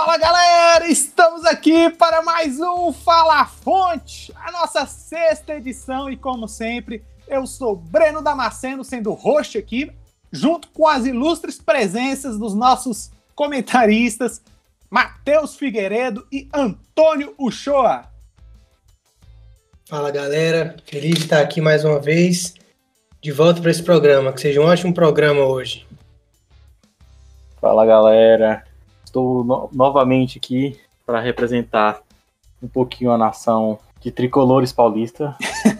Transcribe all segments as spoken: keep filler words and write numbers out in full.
Fala galera, estamos aqui para mais um Fala Fonte, a nossa sexta edição e como sempre, eu sou Breno Damasceno sendo host aqui, junto com as ilustres presenças dos nossos comentaristas Matheus Figueiredo e Antônio Uchoa. Fala galera, feliz de estar aqui mais uma vez, de volta para esse programa, que seja um ótimo programa hoje. Fala galera, estou no- novamente aqui para representar um pouquinho a nação de tricolores paulista.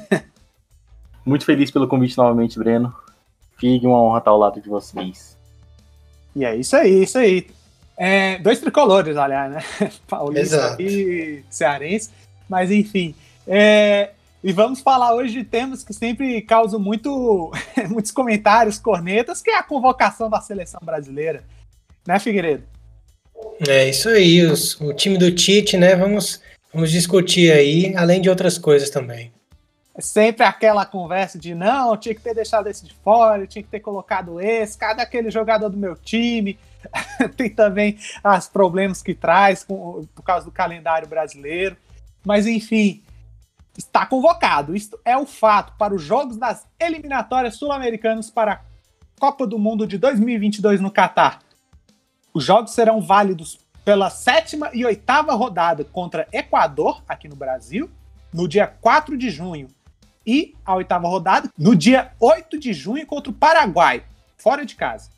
Muito feliz pelo convite novamente, Breno. Figue uma honra estar ao lado de vocês. E é isso aí, isso aí. É, dois tricolores, aliás, né? Paulista Exato. e cearense. Mas enfim. É, e vamos falar hoje de temas que sempre causam muito, muitos comentários, cornetas, que é a convocação da seleção brasileira. Né, Figueiredo? É isso aí, os- o time do Tite, né? Vamos, vamos discutir aí, além de outras coisas também. É sempre aquela conversa de não, tinha que ter deixado esse de fora, tinha que ter colocado esse, cada aquele jogador do meu time. Tem também os problemas que traz com, por causa do calendário brasileiro. Mas enfim, está convocado. Isto é o fato para os jogos das eliminatórias sul-americanas para a Copa do Mundo de dois mil e vinte e dois no Catar. Os jogos serão válidos pela sétima e oitava rodada contra Equador, aqui no Brasil, no dia quatro de junho. E a oitava rodada no dia oito de junho contra o Paraguai, fora de casa.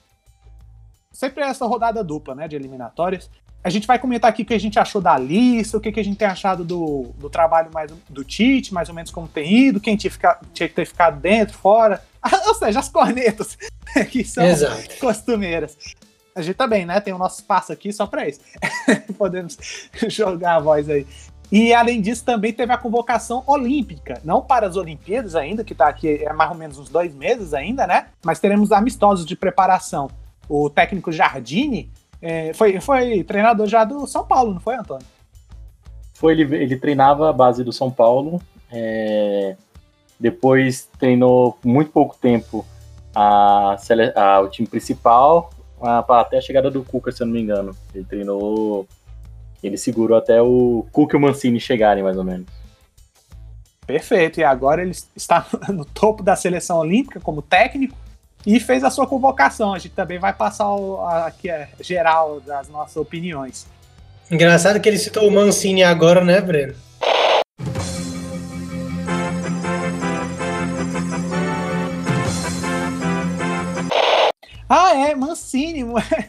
Sempre essa rodada dupla, né, de eliminatórias. A gente vai comentar aqui o que a gente achou da lista, o que, que a gente tem achado do, do trabalho mais do Tite, mais ou menos como tem ido, quem tinha, ficar, tinha que ter ficado dentro, fora. Ou seja, as cornetas, que são Exato. costumeiras. A gente também, né, tem o nosso espaço aqui só para isso. Podemos jogar a voz aí. E, além disso, também teve a convocação olímpica, não para as Olimpíadas ainda, que está aqui há mais ou menos uns dois meses ainda, né? Mas teremos amistosos de preparação. O técnico Jardine é, foi, foi treinador já do São Paulo, não foi, Antônio? Foi, ele, ele treinava a base do São Paulo, é, depois treinou muito pouco tempo a, sele- a, o time principal, a, até a chegada do Cuca, se eu não me engano. Ele treinou, ele segurou até o Cuca e o Mancini chegarem, mais ou menos. Perfeito, e agora ele está no topo da seleção olímpica como técnico e fez a sua convocação. A gente também vai passar o, a, aqui a geral das nossas opiniões. Engraçado que ele citou o Mancini agora, né, Breno? Ah, é, Mancini.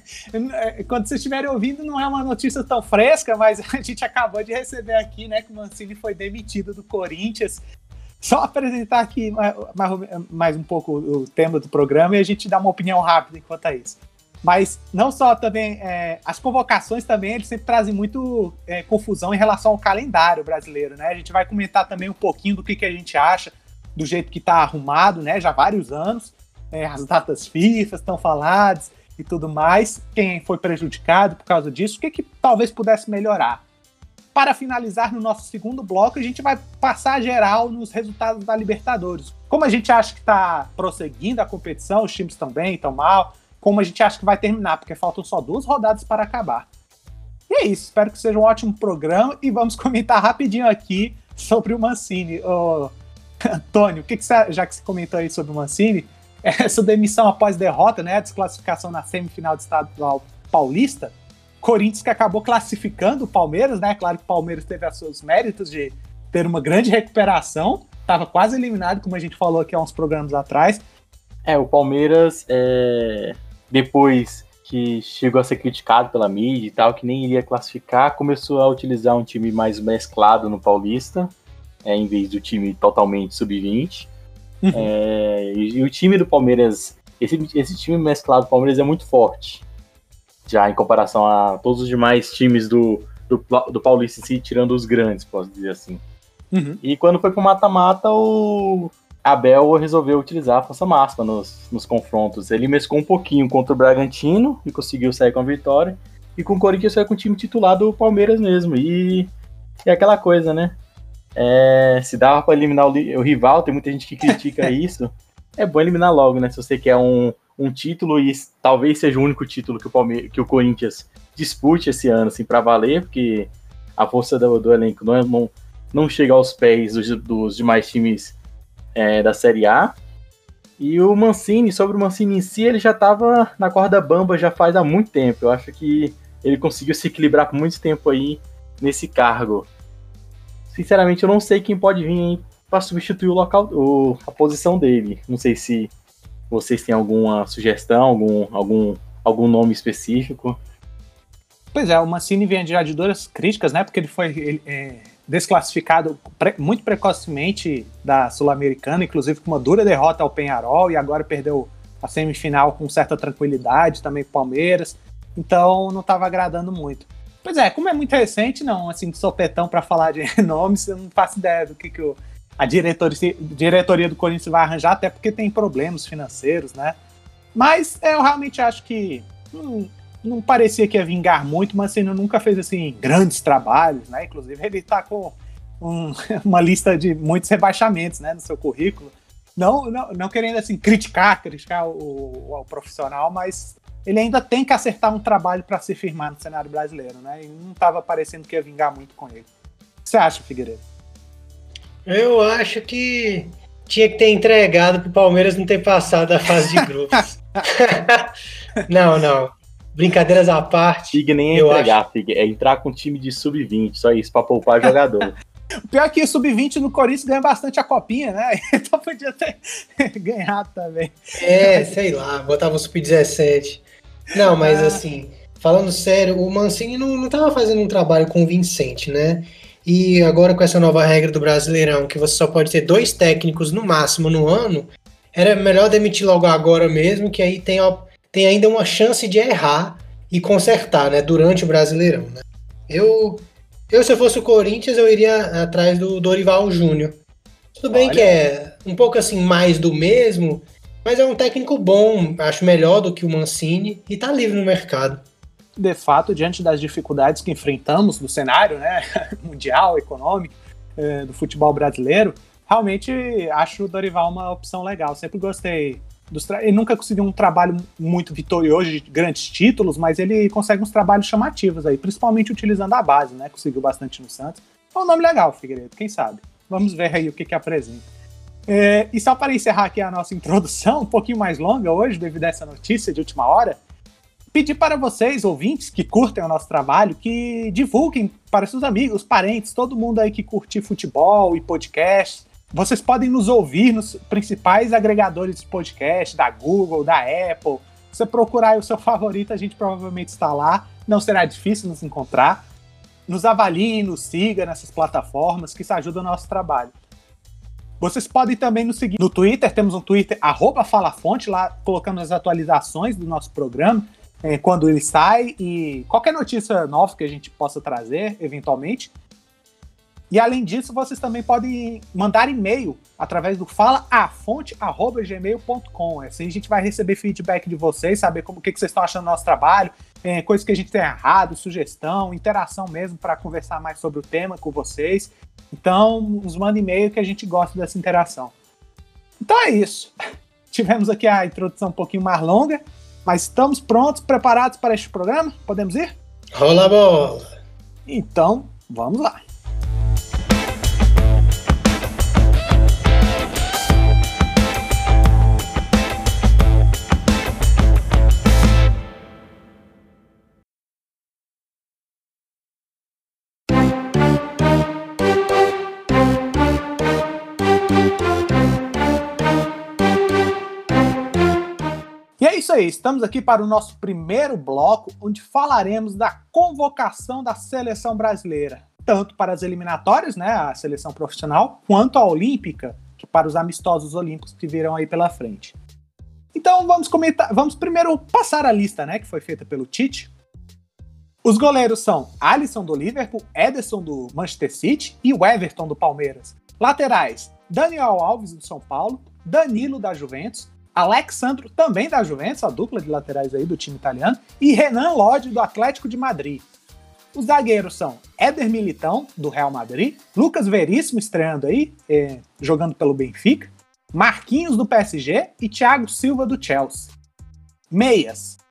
Quando vocês estiverem ouvindo, não é uma notícia tão fresca, mas a gente acabou de receber aqui, né, que o Mancini foi demitido do Corinthians. Só apresentar aqui mais, mais um pouco o tema do programa e a gente dá uma opinião rápida enquanto é isso. Mas não só também, é, as convocações também, eles sempre trazem muito é, confusão em relação ao calendário brasileiro, né? A gente vai comentar também um pouquinho do que, que a gente acha, do jeito que está arrumado, né, já há vários anos. É, as datas FIFA estão faladas e tudo mais, quem foi prejudicado por causa disso, o que, que talvez pudesse melhorar. Para finalizar no nosso segundo bloco, a gente vai passar geral nos resultados da Libertadores. Como a gente acha que está prosseguindo a competição, os times estão bem, estão mal, como a gente acha que vai terminar, porque faltam só duas rodadas para acabar. E é isso, espero que seja um ótimo programa e vamos comentar rapidinho aqui sobre o Mancini. Ô, Antônio, o que, que você, já que você comentou aí sobre o Mancini, essa demissão após derrota, né, a desclassificação na semifinal do estadual paulista, Corinthians que acabou classificando o Palmeiras, né, claro que o Palmeiras teve os seus méritos de ter uma grande recuperação, estava quase eliminado, como a gente falou aqui há uns programas atrás. É, o Palmeiras, é, depois que chegou a ser criticado pela mídia e tal, que nem iria classificar, começou a utilizar um time mais mesclado no Paulista, é, em vez do time totalmente sub vinte. Uhum. É, e, e o time do Palmeiras, esse, esse time mesclado do Palmeiras é muito forte, já em comparação a todos os demais times do, do, do Paulista em si, tirando os grandes, posso dizer assim. Uhum. E quando foi pro mata-mata, o Abel resolveu utilizar a força máxima nos, nos confrontos. Ele mesclou um pouquinho contra o Bragantino e conseguiu sair com a vitória, e com o Corinthians saiu com o time titular do Palmeiras mesmo. E é aquela coisa, né? É, se dava para eliminar o, o rival, tem muita gente que critica isso, é bom eliminar logo, né? Se você quer um, um título, e talvez seja o único título que o, Palme- que o Corinthians dispute esse ano, assim, para valer, porque a força do, do elenco não, é, não, não chega aos pés dos, dos demais times é, da Série A. E o Mancini, sobre o Mancini em si, ele já estava na corda bamba já faz há muito tempo. Eu acho que ele conseguiu se equilibrar por muito tempo aí nesse cargo. Sinceramente, eu não sei quem pode vir para substituir o local, o, a posição dele. Não sei se vocês têm alguma sugestão, algum, algum, algum nome específico. Pois é, o Mancini vem já de duras críticas, né? Porque ele foi ele, é, desclassificado pre, muito precocemente da Sul-Americana, inclusive com uma dura derrota ao Peñarol, e agora perdeu a semifinal com certa tranquilidade também com o Palmeiras. Então não estava agradando muito. Pois é, como é muito recente, não, assim, de sopetão para falar de nomes, eu não faço ideia do que, que o, a diretoria, diretoria do Corinthians vai arranjar, até porque tem problemas financeiros, né? Mas eu realmente acho que hum, não parecia que ia vingar muito, mas assim, nunca fez assim, grandes trabalhos, né? Inclusive ele está com um, uma lista de muitos rebaixamentos, né, no seu currículo. Não, não, não querendo assim, criticar, criticar o, o, o profissional, mas ele ainda tem que acertar um trabalho para se firmar no cenário brasileiro, né? E não estava parecendo que ia vingar muito com ele. O que você acha, Figueiredo? Eu acho que tinha que ter entregado para o Palmeiras não ter passado a fase de grupos. Não, não. Brincadeiras à parte. Fig nem é entregar, acho... Fig, é entrar com um time de sub vinte, só isso, para poupar jogador. O pior é que o sub vinte no Corinthians ganha bastante a copinha, né? Então podia ter ganhado também. É, sei lá, botava o sub dezessete. Não, mas assim, falando sério, o Mancini não, não tava fazendo um trabalho convincente, né? E agora com essa nova regra do Brasileirão, que você só pode ter dois técnicos no máximo no ano, era melhor demitir logo agora mesmo, que aí tem, tem ainda uma chance de errar e consertar, né? Durante o Brasileirão, né? Eu, eu se eu fosse o Corinthians, eu iria atrás do Dorival Júnior. Tudo bem. Olha, que é um pouco assim mais do mesmo, mas é um técnico bom, acho melhor do que o Mancini, e tá livre no mercado. De fato, diante das dificuldades que enfrentamos no cenário, né, mundial, econômico, eh, do futebol brasileiro, realmente acho o Dorival uma opção legal. Sempre gostei. Dos tra... Ele nunca conseguiu um trabalho muito vitorioso de grandes títulos, mas ele consegue uns trabalhos chamativos aí, principalmente utilizando a base, né? Conseguiu bastante no Santos. É um nome legal, Figueiredo, quem sabe? Vamos ver aí o que que apresenta. É, e só para encerrar aqui a nossa introdução, um pouquinho mais longa hoje, devido a essa notícia de última hora, pedir para vocês, ouvintes, que curtem o nosso trabalho, que divulguem para seus amigos, parentes, todo mundo aí que curte futebol e podcast. Vocês podem nos ouvir nos principais agregadores de podcast, da Google, da Apple. Se você procurar aí o seu favorito, a gente provavelmente está lá. Não será difícil nos encontrar. Nos avalie, nos siga nessas plataformas, que isso ajuda o nosso trabalho. Vocês podem também nos seguir no Twitter, temos um Twitter, arroba FalaFonte, lá colocamos as atualizações do nosso programa, é, quando ele sai, e qualquer notícia nova que a gente possa trazer, eventualmente. E além disso, vocês também podem mandar e-mail através do falaafonte arroba gmail ponto com. Assim a gente vai receber feedback de vocês, saber como, o que, que vocês estão achando do nosso trabalho, é, coisas que a gente tem errado, sugestão, interação mesmo para conversar mais sobre o tema com vocês. Então, nos manda e-mail que a gente gosta dessa interação. Então é isso. Tivemos aqui a introdução um pouquinho mais longa, mas estamos prontos, preparados para este programa? Podemos ir? Rola a bola! Então, vamos lá. E é isso aí, estamos aqui para o nosso primeiro bloco, onde falaremos da convocação da seleção brasileira, tanto para as eliminatórias, né, a seleção profissional, quanto a olímpica, que para os amistosos olímpicos que virão aí pela frente. Então vamos comentar, vamos primeiro passar a lista, né, que foi feita pelo Tite. Os goleiros são Alisson do Liverpool, Ederson do Manchester City e o Everton do Palmeiras. Laterais, Daniel Alves do São Paulo, Danilo da Juventus, Alex Sandro, também da Juventus, a dupla de laterais aí do time italiano, e Renan Lodge, do Atlético de Madrid. Os zagueiros são Éder Militão, do Real Madrid, Lucas Veríssimo, estreando aí, eh, jogando pelo Benfica, Marquinhos, do P S G, e Thiago Silva, do Chelsea. Meias,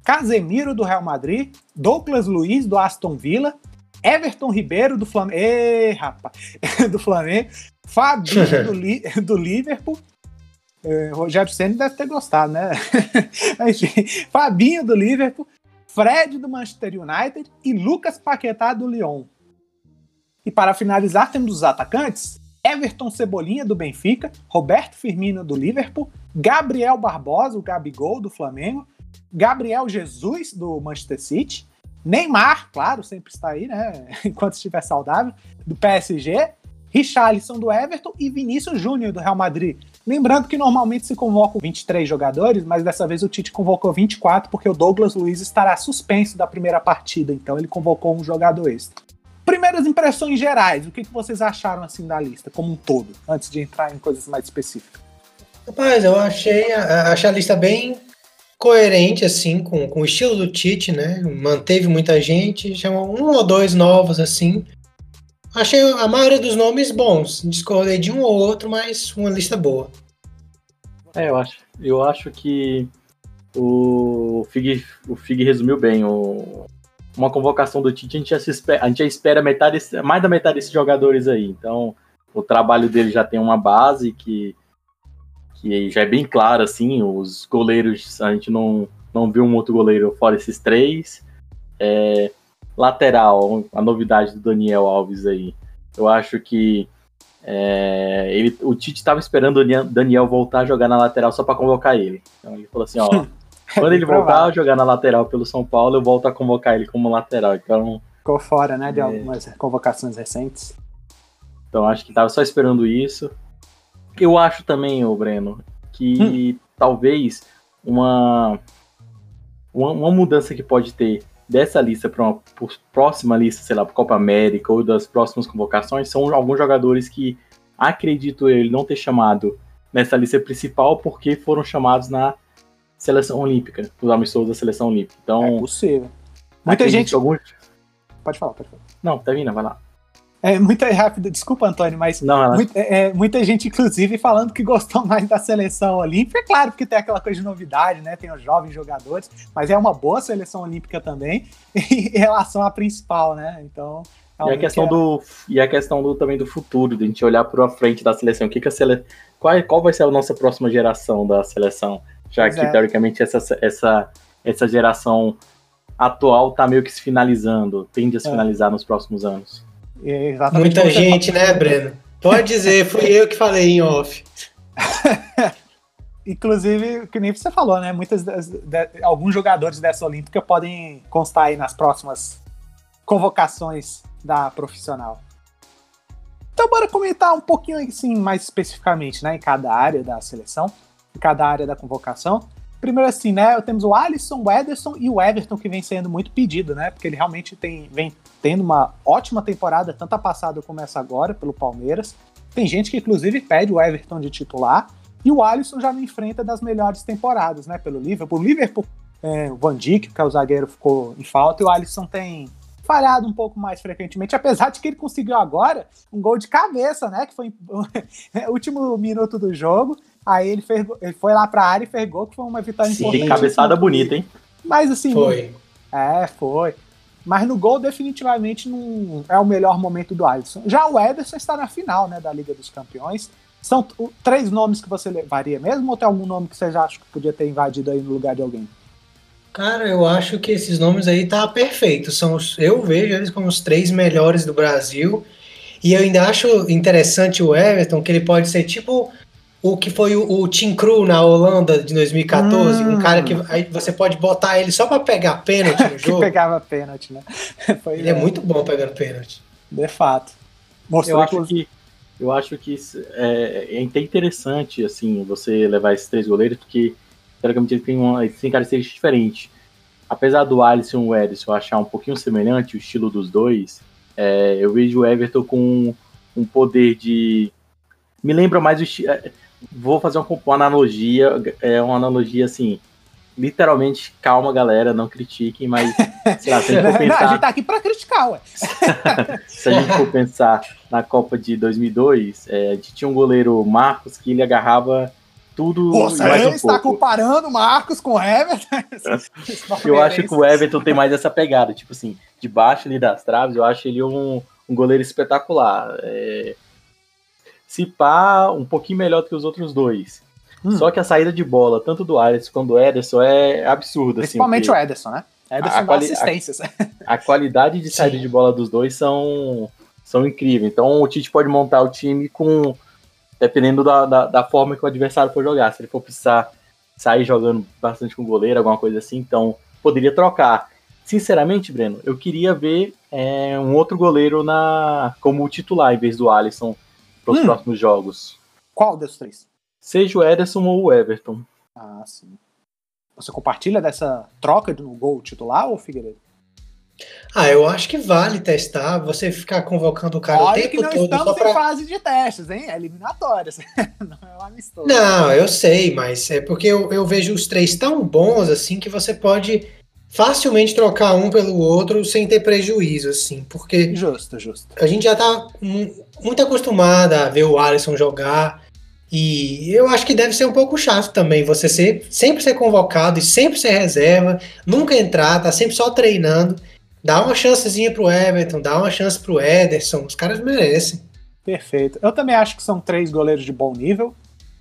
Casemiro, do Real Madrid, Douglas Luiz, do Aston Villa, Everton Ribeiro, do Flamengo, Ê, rapaz, do Flamengo, Fabinho, do, Li... do Liverpool, é, Rogério Ceni deve ter gostado, né? Fabinho, do Liverpool, Fred, do Manchester United e Lucas Paquetá, do Lyon. E para finalizar, temos os atacantes: Everton Cebolinha, do Benfica, Roberto Firmino, do Liverpool, Gabriel Barbosa, o Gabigol, do Flamengo, Gabriel Jesus, do Manchester City, Neymar, claro, sempre está aí, né, enquanto estiver saudável, do P S G, Richarlison, do Everton e Vinícius Júnior, do Real Madrid. Lembrando que normalmente se convocam vinte e três jogadores, mas dessa vez o Tite convocou vinte e quatro, porque o Douglas Luiz estará suspenso da primeira partida, então ele convocou um jogador extra. Primeiras impressões gerais, o que vocês acharam assim da lista, como um todo, antes de entrar em coisas mais específicas? Rapaz, eu achei a, achei a lista bem coerente, assim, com, com o estilo do Tite, né? Manteve muita gente, chamou um ou dois novos, assim. Achei a maioria dos nomes bons, discordei de um ou outro, mas uma lista boa. É, eu acho, eu acho que o Fig, o Fig resumiu bem. O, uma convocação do Tite, a gente já, se espera, a gente já espera metade, mais da metade desses jogadores aí. Então, o trabalho dele já tem uma base que, que já é bem claro, assim. Os goleiros, a gente não, não viu um outro goleiro fora esses três. É, lateral, a novidade do Daniel Alves aí. Eu acho que é, ele, o Tite estava esperando o Daniel voltar a jogar na lateral só para convocar ele. Então ele falou assim, ó, quando ele voltar a jogar na lateral pelo São Paulo, eu volto a convocar ele como lateral. Então ficou fora, né, de é, algumas convocações recentes. Então acho que estava só esperando isso. Eu acho também, ô Breno, que hum. talvez uma, uma, uma mudança que pode ter dessa lista para uma próxima lista, sei lá, para Copa América ou das próximas convocações, são alguns jogadores que acredito eu não ter chamado nessa lista principal porque foram chamados na seleção olímpica, os amistosos da seleção olímpica. Então, é possível. Muita gente... Alguns... Pode falar, pode falar. Não, termina, vai lá. É muita rápida, desculpa, Antônio, mas não, muita, é, muita gente, inclusive, falando que gostou mais da seleção olímpica. É claro, porque tem aquela coisa de novidade, né? Tem os jovens jogadores, mas é uma boa seleção olímpica também em relação à principal, né? Então. E a questão é... do e a questão do também do futuro, de a gente olhar para a frente da seleção. O que que a sele... qual, qual vai ser a nossa próxima geração da seleção? Já pois que é. teoricamente essa essa essa geração atual está meio que se finalizando, tende a se é. finalizar nos próximos anos. É Muita gente, fala... né, Breno? Pode dizer, fui eu que falei em off. Inclusive, que nem você falou, né? Muitas das, de, alguns jogadores dessa Olímpica podem constar aí nas próximas convocações da profissional. Então, bora comentar um pouquinho assim, mais especificamente, né? Em cada área da seleção, em cada área da convocação. Primeiro assim, né, temos o Alisson, o Ederson e o Everton, que vem sendo muito pedido, né, porque ele realmente tem, vem tendo uma ótima temporada, tanto a passada como essa agora, pelo Palmeiras. Tem gente que inclusive pede o Everton de titular, e o Alisson já não enfrenta das melhores temporadas, né, pelo Liverpool. O Liverpool, é, o Van Dijk, que é o zagueiro, ficou em falta, e o Alisson tem falhado um pouco mais frequentemente, apesar de que ele conseguiu agora um gol de cabeça, né, que foi o último minuto do jogo. Aí ele, fez, ele foi lá pra área e fez gol, que foi uma vitória Sim, importante. Que cabeçada bonita, hein? Mas assim... Foi. É, foi. Mas no gol definitivamente não é o melhor momento do Alisson. Já o Ederson está na final, né, da Liga dos Campeões. São t- três nomes que você levaria mesmo, ou tem algum nome que você já acha que podia ter invadido aí no lugar de alguém? Cara, eu acho que esses nomes aí tá perfeito. São os, eu vejo eles como os três melhores do Brasil. E eu ainda acho interessante o Everton, que ele pode ser tipo... o que foi o, o Tim Krul na Holanda de dois mil e catorze, hum. um cara que aí você pode botar ele só pra pegar pênalti no jogo. Que pegava pênalti, né? Foi ele é. é muito bom pegando pênalti. De fato. Mostrou eu, acho que, eu acho que é, é até interessante, assim, você levar esses três goleiros, porque, teoricamente, eles têm, uma, eles têm características diferentes. Apesar do Alisson e o Ederson achar um pouquinho semelhante o estilo dos dois, é, eu vejo o Everton com um poder de... Me lembra mais o estilo... Vou fazer uma, uma analogia, é uma analogia assim, literalmente, calma galera, não critiquem, mas sei lá, se a gente for pensar... Não, a gente tá aqui pra criticar, ué. Se a gente for pensar na Copa de dois mil e dois, é, a gente tinha um goleiro Marcos que ele agarrava tudo. Você mais um está pouco. comparando o Marcos com o Everton? Eu acho que o Everton tem mais essa pegada, tipo assim, debaixo ali das traves, eu acho ele um, um goleiro espetacular. É... Se pá, um pouquinho melhor do que os outros dois. Hum. Só que a saída de bola, tanto do Alisson quanto do Ederson, é absurda. Principalmente assim, o Ederson, né? Ederson dá quali- assistências. A, a qualidade de saída Sim. de bola dos dois são, são incríveis. Então o Tite pode montar o time com... dependendo da, da, da forma que o adversário for jogar. Se ele for precisar sair jogando bastante com o goleiro, alguma coisa assim, então poderia trocar. Sinceramente, Breno, eu queria ver é, um outro goleiro na, como titular, em vez do Alisson, para os hum. próximos jogos. Qual desses três? Seja o Ederson ou o Everton. Ah, sim. Você compartilha dessa troca no gol titular ou Figueiredo? Ah, eu acho que vale testar, você ficar convocando o cara Olha o tempo que não todo. estamos só pra... em fase de testes, hein? É eliminatórias. Não é um amistoso. Não, eu sei, mas é porque eu, eu vejo os três tão bons assim que você pode facilmente trocar um pelo outro sem ter prejuízo, assim, porque justo, justo. A gente já tá muito acostumado a ver o Alisson jogar e eu acho que deve ser um pouco chato também você ser, sempre ser convocado e sempre ser reserva, nunca entrar, tá sempre só treinando. Dá uma chancezinha pro Everton, dá uma chance pro Ederson, os caras merecem. Perfeito. Eu também acho que são três goleiros de bom nível.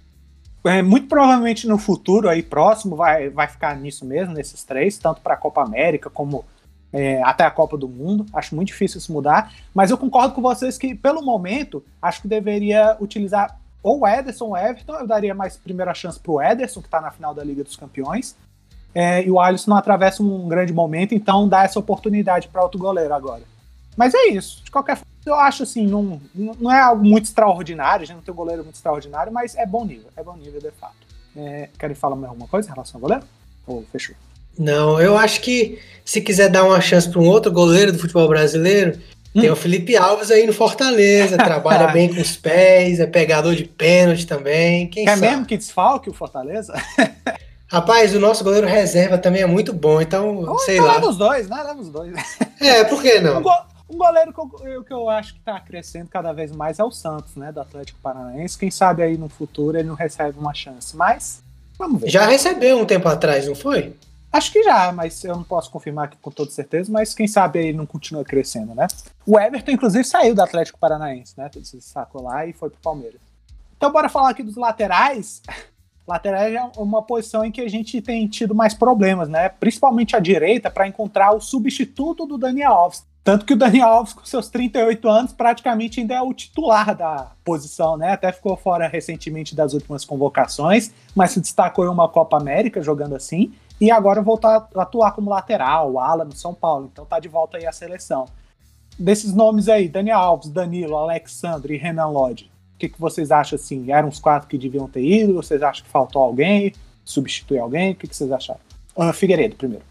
É, muito provavelmente no futuro, aí próximo, vai, vai ficar nisso mesmo, nesses três, tanto para a Copa América como é, até a Copa do Mundo. Acho muito difícil isso mudar, mas eu concordo com vocês que, pelo momento, acho que deveria utilizar ou o Ederson ou o Everton. Eu daria mais primeira chance pro Ederson, que está na final da Liga dos Campeões. É, e o Alisson não atravessa um grande momento, então dá essa oportunidade para outro goleiro agora. Mas é isso, de qualquer forma, eu acho assim, não, não é algo muito extraordinário, a gente não tem um goleiro muito extraordinário, mas é bom nível, é bom nível de fato. É, querem falar mais alguma coisa em relação ao goleiro? Ou fechou? Não, eu acho que se quiser dar uma chance para um outro goleiro do futebol brasileiro, hum. tem o Felipe Alves aí no Fortaleza, trabalha bem com os pés, é pegador de pênalti também, quem é sabe? É mesmo que desfalque o Fortaleza? Rapaz, o nosso goleiro reserva também é muito bom, então, oh, sei então lá. Leva os dois, né? Leva os dois. É, por que não? Um, go- um goleiro que eu, que eu acho que tá crescendo cada vez mais é o Santos, né? Do Atlético Paranaense. Quem sabe aí no futuro ele não recebe uma chance, mas vamos ver. Já recebeu um tempo atrás, não foi? Acho que já, mas eu não posso confirmar aqui com toda certeza, mas quem sabe aí ele não continua crescendo, né? O Everton, inclusive, saiu do Atlético Paranaense, né? Se sacou lá e foi pro Palmeiras. Então bora falar aqui dos laterais. Laterais é uma posição em que a gente tem tido mais problemas, né? Principalmente à direita, para encontrar o substituto do Daniel Alves. Tanto que o Daniel Alves, com seus trinta e oito anos, praticamente ainda é o titular da posição, né? Até ficou fora recentemente das últimas convocações, mas se destacou em uma Copa América jogando assim, e agora voltou a atuar como lateral, ala no São Paulo. Então tá de volta aí à seleção. Desses nomes aí, Daniel Alves, Danilo, Alexandre e Renan Lodge. O que, que vocês acham assim? Eram os quatro que deviam ter ido? Vocês acham que faltou alguém? Substituir alguém? O que, que vocês acharam? Uh, Figueiredo, primeiro.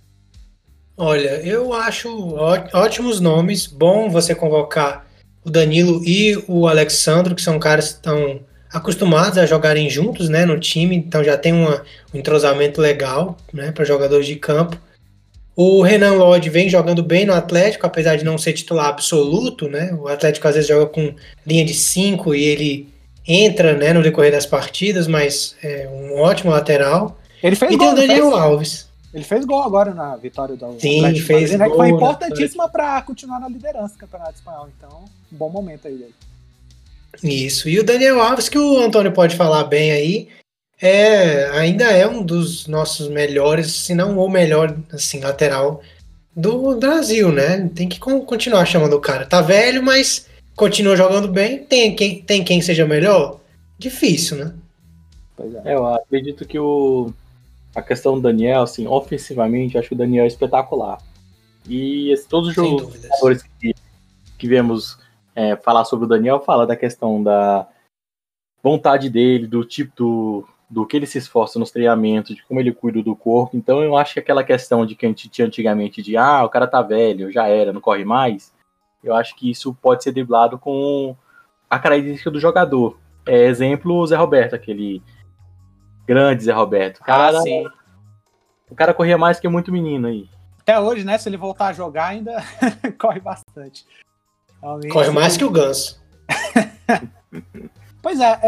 Olha, eu acho ótimos nomes. Bom você convocar o Danilo e o Alexandre, que são caras que estão acostumados a jogarem juntos, né, no time. Então já tem uma, um entrosamento legal, né, para jogadores de campo. O Renan Lodge vem jogando bem no Atlético, apesar de não ser titular absoluto, né? O Atlético às vezes joga com linha de cinco e ele entra, né, no decorrer das partidas, mas é um ótimo lateral. Ele fez e gol, tem o Daniel fez? Alves. Ele fez gol agora na vitória do Sim, Atlético fez Madrid, né, gol, que foi importantíssima para continuar na liderança do Campeonato Espanhol. Então, um bom momento aí dele. Isso. E o Daniel Alves, que o Antônio pode falar bem aí, é, ainda é um dos nossos melhores, se não o melhor, assim, lateral do Brasil, né? Tem que continuar chamando o cara. Tá velho, mas continua jogando bem. Tem quem, tem quem seja melhor? Difícil, né? Pois é. Eu acredito que o, a questão do Daniel, assim, ofensivamente, acho que o Daniel é espetacular. E esse, todos os jogadores que, que vemos é, falar sobre o Daniel, fala da questão da vontade dele, do tipo do do que ele se esforça nos treinamentos, de como ele cuida do corpo. Então eu acho que aquela questão de que a gente tinha antigamente de ah, o cara tá velho, já era, não corre mais, eu acho que isso pode ser driblado com a característica do jogador. É, exemplo, o Zé Roberto, aquele grande Zé Roberto. O cara, ah, sim. O cara corria mais que muito menino aí. Até hoje, né, se ele voltar a jogar, ainda corre bastante. Realmente, corre mais que o Ganso. Pois é, é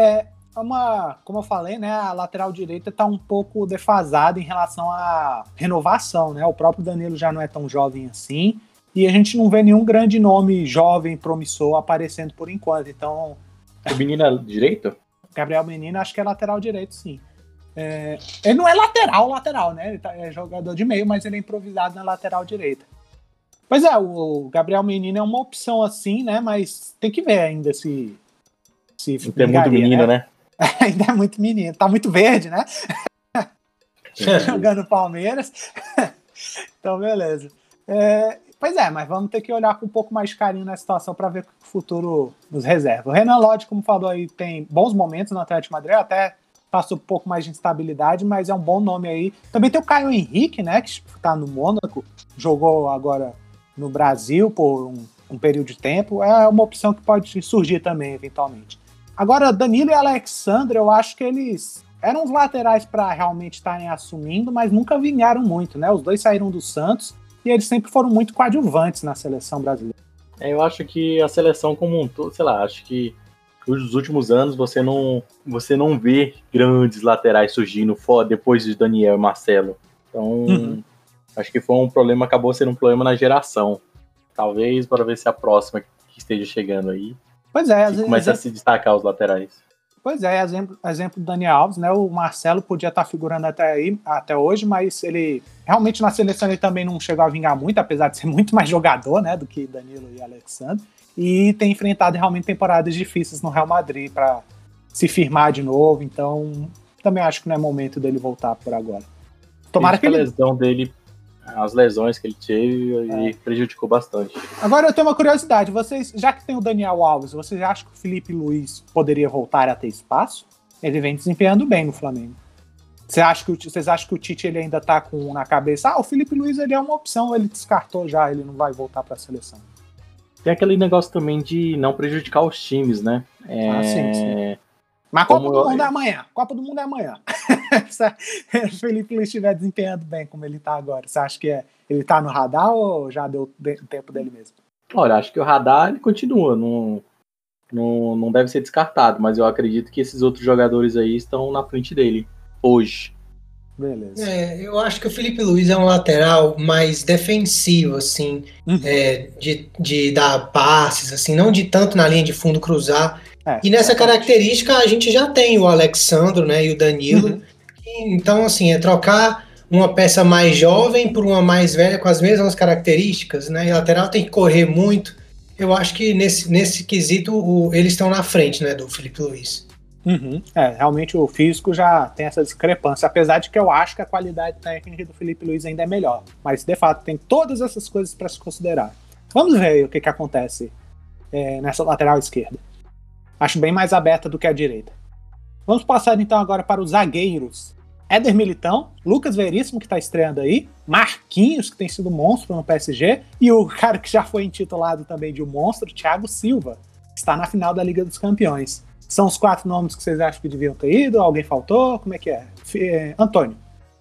uma, como eu falei, né, a lateral direita está um pouco defasada em relação à renovação, né? O próprio Danilo já não é tão jovem assim, e a gente não vê nenhum grande nome jovem, promissor, aparecendo por enquanto. Então, o menino é direito? Gabriel Menino, acho que é lateral direito, sim. É, ele não é lateral, lateral, né? Ele tá, é jogador de meio, mas ele é improvisado na lateral direita. Pois é, o Gabriel Menino é uma opção assim, né? Mas tem que ver ainda se... se é muito menino, né? né? Ainda é muito menino. Tá muito verde, né? Jogando Palmeiras. Então, beleza. É, pois é, mas vamos ter que olhar com um pouco mais de carinho na situação para ver o que o futuro nos reserva. O Renan Lodge, como falou aí, tem bons momentos no Atlético de Madrid, até passou um pouco mais de instabilidade, mas é um bom nome aí. Também tem o Caio Henrique, né, que tá no Mônaco, jogou agora no Brasil por um, um período de tempo. É uma opção que pode surgir também, eventualmente. Agora, Danilo e Alexandre, eu acho que eles eram os laterais para realmente estarem assumindo, mas nunca vingaram muito, né? Os dois saíram do Santos e eles sempre foram muito coadjuvantes na seleção brasileira. É, eu acho que a seleção como um todo, sei lá, acho que nos últimos anos você não, você não vê grandes laterais surgindo fora, depois de Daniel e Marcelo. Então, uhum. acho que foi um problema, acabou sendo um problema na geração. Talvez para ver se a próxima que esteja chegando aí pois é, que começa exemplo, a se destacar os laterais. Pois é, exemplo, exemplo do Dani Alves, né? O Marcelo podia estar figurando até, aí, até hoje, mas ele realmente na seleção ele também não chegou a vingar muito, apesar de ser muito mais jogador, né, do que Danilo e Alexandre, e tem enfrentado realmente temporadas difíceis no Real Madrid para se firmar de novo, então também acho que não é momento dele voltar por agora. Tomara que a ele... lesão dele, as lesões que ele teve, é. e prejudicou bastante. Agora eu tenho uma curiosidade, vocês, já que tem o Daniel Alves, vocês acham que o Felipe Luiz poderia voltar a ter espaço? Ele vem desempenhando bem no Flamengo. Você acha que o, vocês acham que o Tite ele ainda tá com na cabeça, ah, o Felipe Luiz ele é uma opção, ele descartou já, ele não vai voltar para a seleção? Tem aquele negócio também de não prejudicar os times, né? É... Ah, sim, sim. Mas a Copa do Mundo é amanhã. Copa do Mundo é amanhã. Se o Felipe Luiz estiver desempenhando bem como ele tá agora, você acha que é, ele tá no radar ou já deu o tempo dele mesmo? Olha, acho que o radar ele continua, não, não, não deve ser descartado, mas eu acredito que esses outros jogadores aí estão na frente dele hoje. Beleza. É, eu acho que o Felipe Luiz é um lateral mais defensivo, assim, uhum. é, de, de dar passes, assim, não de tanto na linha de fundo cruzar. É, e nessa característica a gente já tem o Alexandro, né, e o Danilo. Uhum. E, então, assim, é trocar uma peça mais jovem por uma mais velha com as mesmas características, né? E lateral tem que correr muito. Eu acho que nesse, nesse quesito o, eles estão na frente, né, do Felipe Luiz. Uhum. É, realmente o físico já tem essa discrepância, apesar de que eu acho que a qualidade técnica do Felipe Luiz ainda é melhor. Mas, de fato, tem todas essas coisas para se considerar. Vamos ver aí o que, que acontece é, nessa lateral esquerda. Acho bem mais aberta do que a direita. Vamos passar então agora para os zagueiros. Éder Militão, Lucas Veríssimo, que está estreando aí, Marquinhos, que tem sido monstro no P S G, e o cara que já foi intitulado também de um monstro, Thiago Silva, que está na final da Liga dos Campeões. São os quatro nomes que vocês acham que deviam ter ido? Alguém faltou? Como é que é? é Antônio.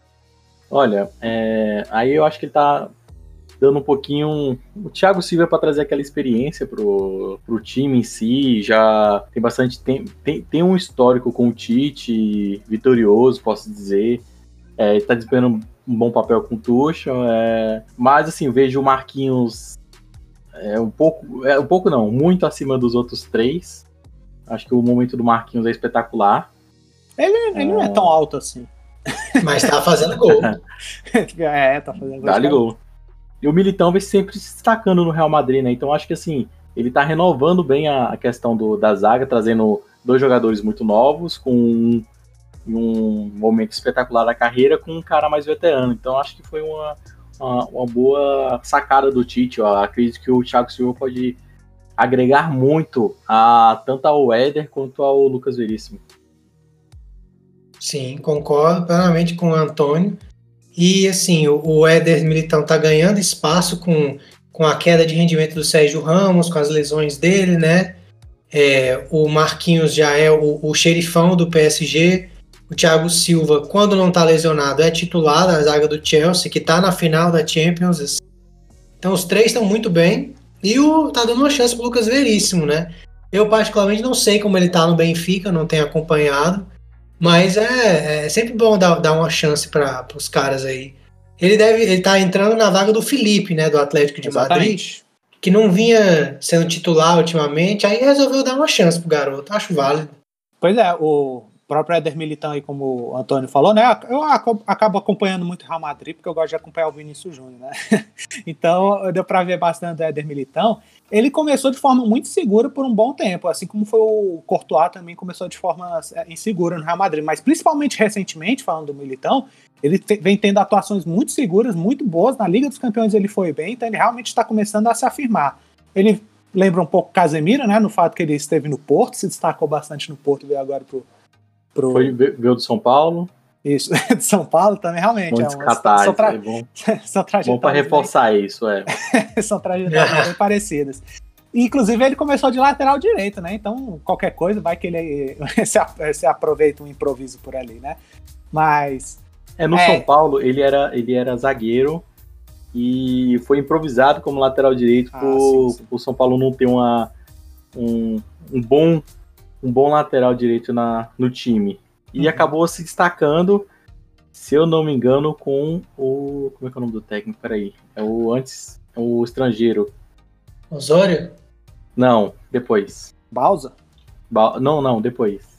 Olha, é, aí eu acho que ele tá dando um pouquinho... O Thiago Silva para trazer aquela experiência pro, pro time em si, já tem bastante... Tem, tem, tem um histórico com o Tite, vitorioso, posso dizer. É, ele tá desempenhando um bom papel com o Tuchel, é, mas assim, vejo o Marquinhos é, um pouco... É, um pouco não, muito acima dos outros três. Acho que o momento do Marquinhos é espetacular. Ele, ele é... não é tão alto assim. Mas tá fazendo gol. é, tá fazendo gol. Dá-lhe gol. E o Militão vem sempre se destacando no Real Madrid, né? Então acho que assim, ele tá renovando bem a, a questão do, da zaga, trazendo dois jogadores muito novos, com um, um momento espetacular da carreira, com um cara mais veterano. Então acho que foi uma, uma, uma boa sacada do Tite. Eu acredito que o Thiago Silva pode agregar muito a, tanto ao Éder quanto ao Lucas Veríssimo. Sim, concordo plenamente com o Antônio. E assim, o, o Éder Militão tá ganhando espaço com, com a queda de rendimento do Sérgio Ramos, com as lesões dele, né? É, o Marquinhos já é o, o xerifão do P S G. O Thiago Silva, quando não tá lesionado, é titular da zaga do Chelsea, que tá na final da Champions. Então os três estão muito bem. E o, tá dando uma chance pro Lucas Veríssimo, né? Eu particularmente não sei como ele tá no Benfica, não tenho acompanhado, mas é, é sempre bom dar, dar uma chance para os caras aí. Ele deve, ele tá entrando na vaga do Felipe, né, do Atlético de Exatamente. Madrid, que não vinha sendo titular ultimamente, aí resolveu dar uma chance pro garoto, acho válido. Pois é, o próprio Éder Militão aí, como o Antônio falou, né, eu acabo acompanhando muito o Real Madrid, porque eu gosto de acompanhar o Vinícius Júnior, né, então deu pra ver bastante do Éder Militão. Ele começou de forma muito segura por um bom tempo, assim como foi o Courtois também começou de forma insegura no Real Madrid, mas principalmente recentemente, falando do Militão, ele te, vem tendo atuações muito seguras, muito boas, na Liga dos Campeões ele foi bem, então ele realmente está começando a se afirmar. Ele lembra um pouco o Casemiro, né, no fato que ele esteve no Porto, se destacou bastante no Porto, veio agora pro... pro... Foi, veio do São Paulo. Isso, de São Paulo também, realmente. Vamos é uma, descartar, são, tra... é bom. são trajetórias bom para reforçar bem... isso, é. São trajetórias bem parecidas. Inclusive, ele começou de lateral direito, né? Então, qualquer coisa, vai que ele se, se aproveita um improviso por ali, né? Mas... É, no é... São Paulo, ele era, ele era zagueiro e foi improvisado como lateral direito ah, por o São Paulo não ter uma, um, um, bom, um bom lateral direito na, no time. E uhum. acabou se destacando, se eu não me engano, com o... Como é que é o nome do técnico? Peraí. É o antes... O estrangeiro. Osório? Não, depois. Bausa? Ba... Não, não, depois.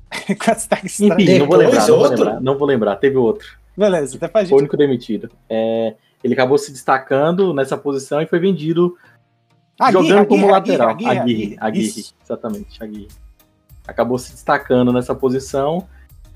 Enfim, depois, não vou lembrar, não vou lembrar, não vou lembrar. Teve outro. Beleza, até pra gente... Foi o único demitido. É, ele acabou se destacando nessa posição e foi vendido Aguirre, jogando como Aguirre, lateral. Aguirre, Aguirre, Aguirre, Aguirre, Aguirre exatamente, Aguirre. Acabou se destacando nessa posição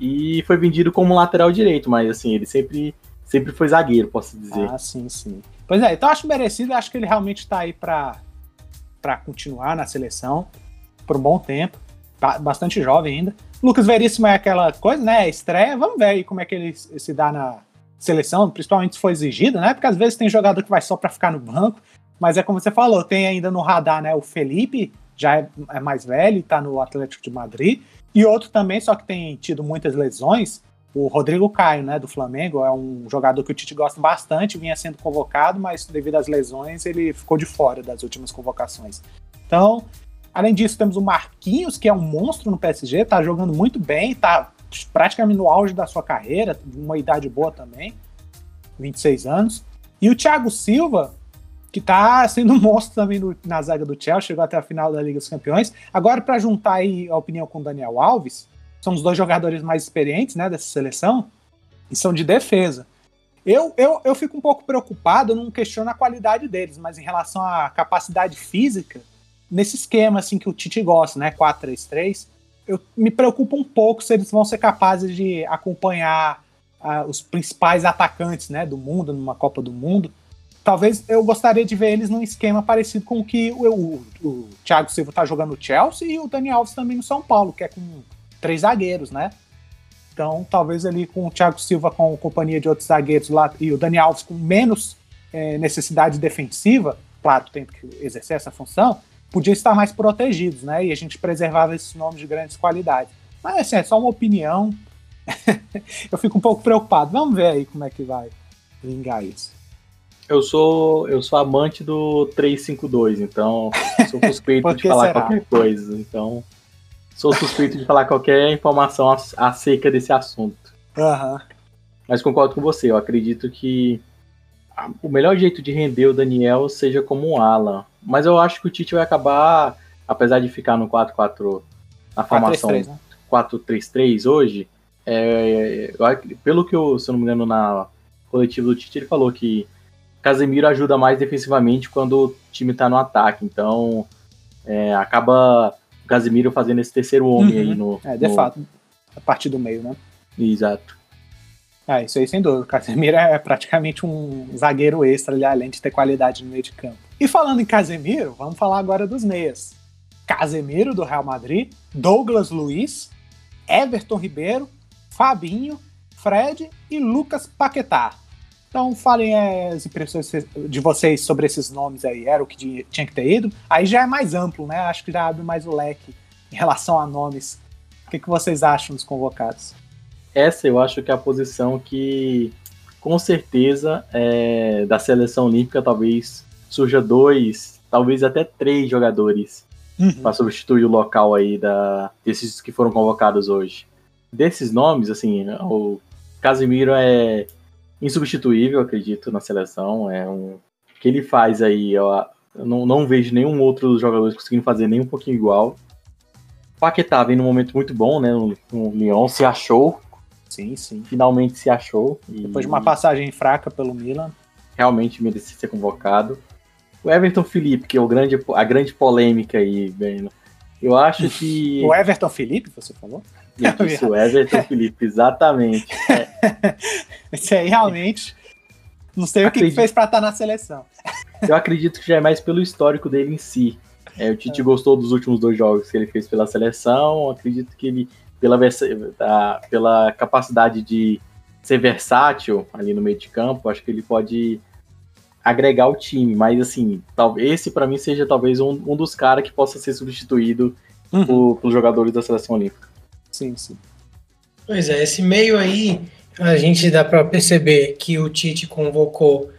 e foi vendido como lateral direito, mas assim, ele sempre, sempre foi zagueiro, posso dizer. Ah, sim, sim. Pois é, então acho merecido, acho que ele realmente está aí para para continuar na seleção por um bom tempo, bastante jovem ainda. Lucas Veríssimo é aquela coisa, né, estreia, vamos ver aí como é que ele se dá na seleção, principalmente se for exigido, né, porque às vezes tem jogador que vai só para ficar no banco, mas é como você falou, tem ainda no radar, né, o Felipe, já é, é mais velho, está no Atlético de Madrid, e outro também, só que tem tido muitas lesões, o Rodrigo Caio, né, do Flamengo, é um jogador que o Tite gosta bastante, vinha sendo convocado, mas devido às lesões ele ficou de fora das últimas convocações. Então, além disso, temos o Marquinhos, que é um monstro no P S G, tá jogando muito bem, tá praticamente no auge da sua carreira, uma idade boa também, vinte e seis anos. E o Thiago Silva, que tá sendo um monstro também no, na zaga do Chelsea, chegou até a final da Liga dos Campeões. Agora, para juntar aí a opinião com o Daniel Alves, são os dois jogadores mais experientes, né, dessa seleção, e são de defesa. Eu, eu, eu fico um pouco preocupado, eu não questiono a qualidade deles, mas em relação à capacidade física, nesse esquema assim, que o Tite gosta, né, quatro três três, eu me preocupo um pouco se eles vão ser capazes de acompanhar uh, os principais atacantes, né, do mundo, numa Copa do Mundo. Talvez eu gostaria de ver eles num esquema parecido com o que o, o, o Thiago Silva está jogando no Chelsea e o Daniel Alves também no São Paulo, que é com três zagueiros, né? Então, talvez ali com o Thiago Silva com companhia de outros zagueiros lá e o Daniel Alves com menos é, necessidade defensiva, claro, tem que exercer essa função, podia estar mais protegidos, né? E a gente preservava esses nomes de grandes qualidades. Mas assim, é só uma opinião. Eu fico um pouco preocupado. Vamos ver aí como é que vai vingar isso. Eu sou, eu sou amante do três cinco dois, então sou suspeito de falar será? qualquer coisa. Então, sou suspeito de falar qualquer informação acerca desse assunto. Uhum. Mas concordo com você, eu acredito que o melhor jeito de render o Daniel seja como um ala. Mas eu acho que o Tite vai acabar, apesar de ficar no quatro quatro, na formação quatro três três hoje, é, eu, pelo que eu, se eu não me engano, na coletiva do Tite, ele falou que Casemiro ajuda mais defensivamente quando o time tá no ataque. Então, é, acaba o Casemiro fazendo esse terceiro homem uhum. aí no... É, de no... fato, a partir do meio, né? Exato. É, isso aí sem dúvida. O Casemiro é praticamente um zagueiro extra ali, além de ter qualidade no meio de campo. E falando em Casemiro, vamos falar agora dos meias. Casemiro, do Real Madrid, Douglas Luiz, Everton Ribeiro, Fabinho, Fred e Lucas Paquetá. Então falem é, as impressões de vocês sobre esses nomes aí. Era o que tinha que ter ido? Aí já é mais amplo, né? Acho que já abre mais o leque em relação a nomes. O que, que vocês acham dos convocados? Essa eu acho que é a posição que, com certeza, é, da seleção olímpica talvez surja dois, talvez até três jogadores uhum. para substituir o local aí da, desses que foram convocados hoje. Desses nomes, assim, o Casemiro é insubstituível, acredito, na seleção. É um o que ele faz aí, eu, eu não, não vejo nenhum outro dos jogadores conseguindo fazer nem um pouquinho igual. Paquetá vem num momento muito bom, né? No, no Lyon se achou. Sim, sim. Finalmente se achou. Depois de uma passagem fraca pelo Milan. Realmente merecia ser convocado. O Everton Felipe, que é o grande, a grande polêmica aí, Breno. Eu acho que... O Everton Felipe, você falou? Isso, o Everton Felipe, exatamente. É. Esse aí realmente... Não sei acredito, o que fez pra estar na seleção. Eu acredito que já é mais pelo histórico dele em si. É, o Tite é. gostou dos últimos dois jogos que ele fez pela seleção. Acredito que ele, pela, a, pela capacidade de ser versátil ali no meio de campo, acho que ele pode agregar o time. Mas, assim, talvez esse pra mim seja talvez um, um dos caras que possa ser substituído uhum. por, pelos jogadores da seleção olímpica. Sim, sim. Pois é, esse meio aí... A gente dá para perceber que o Tite convocou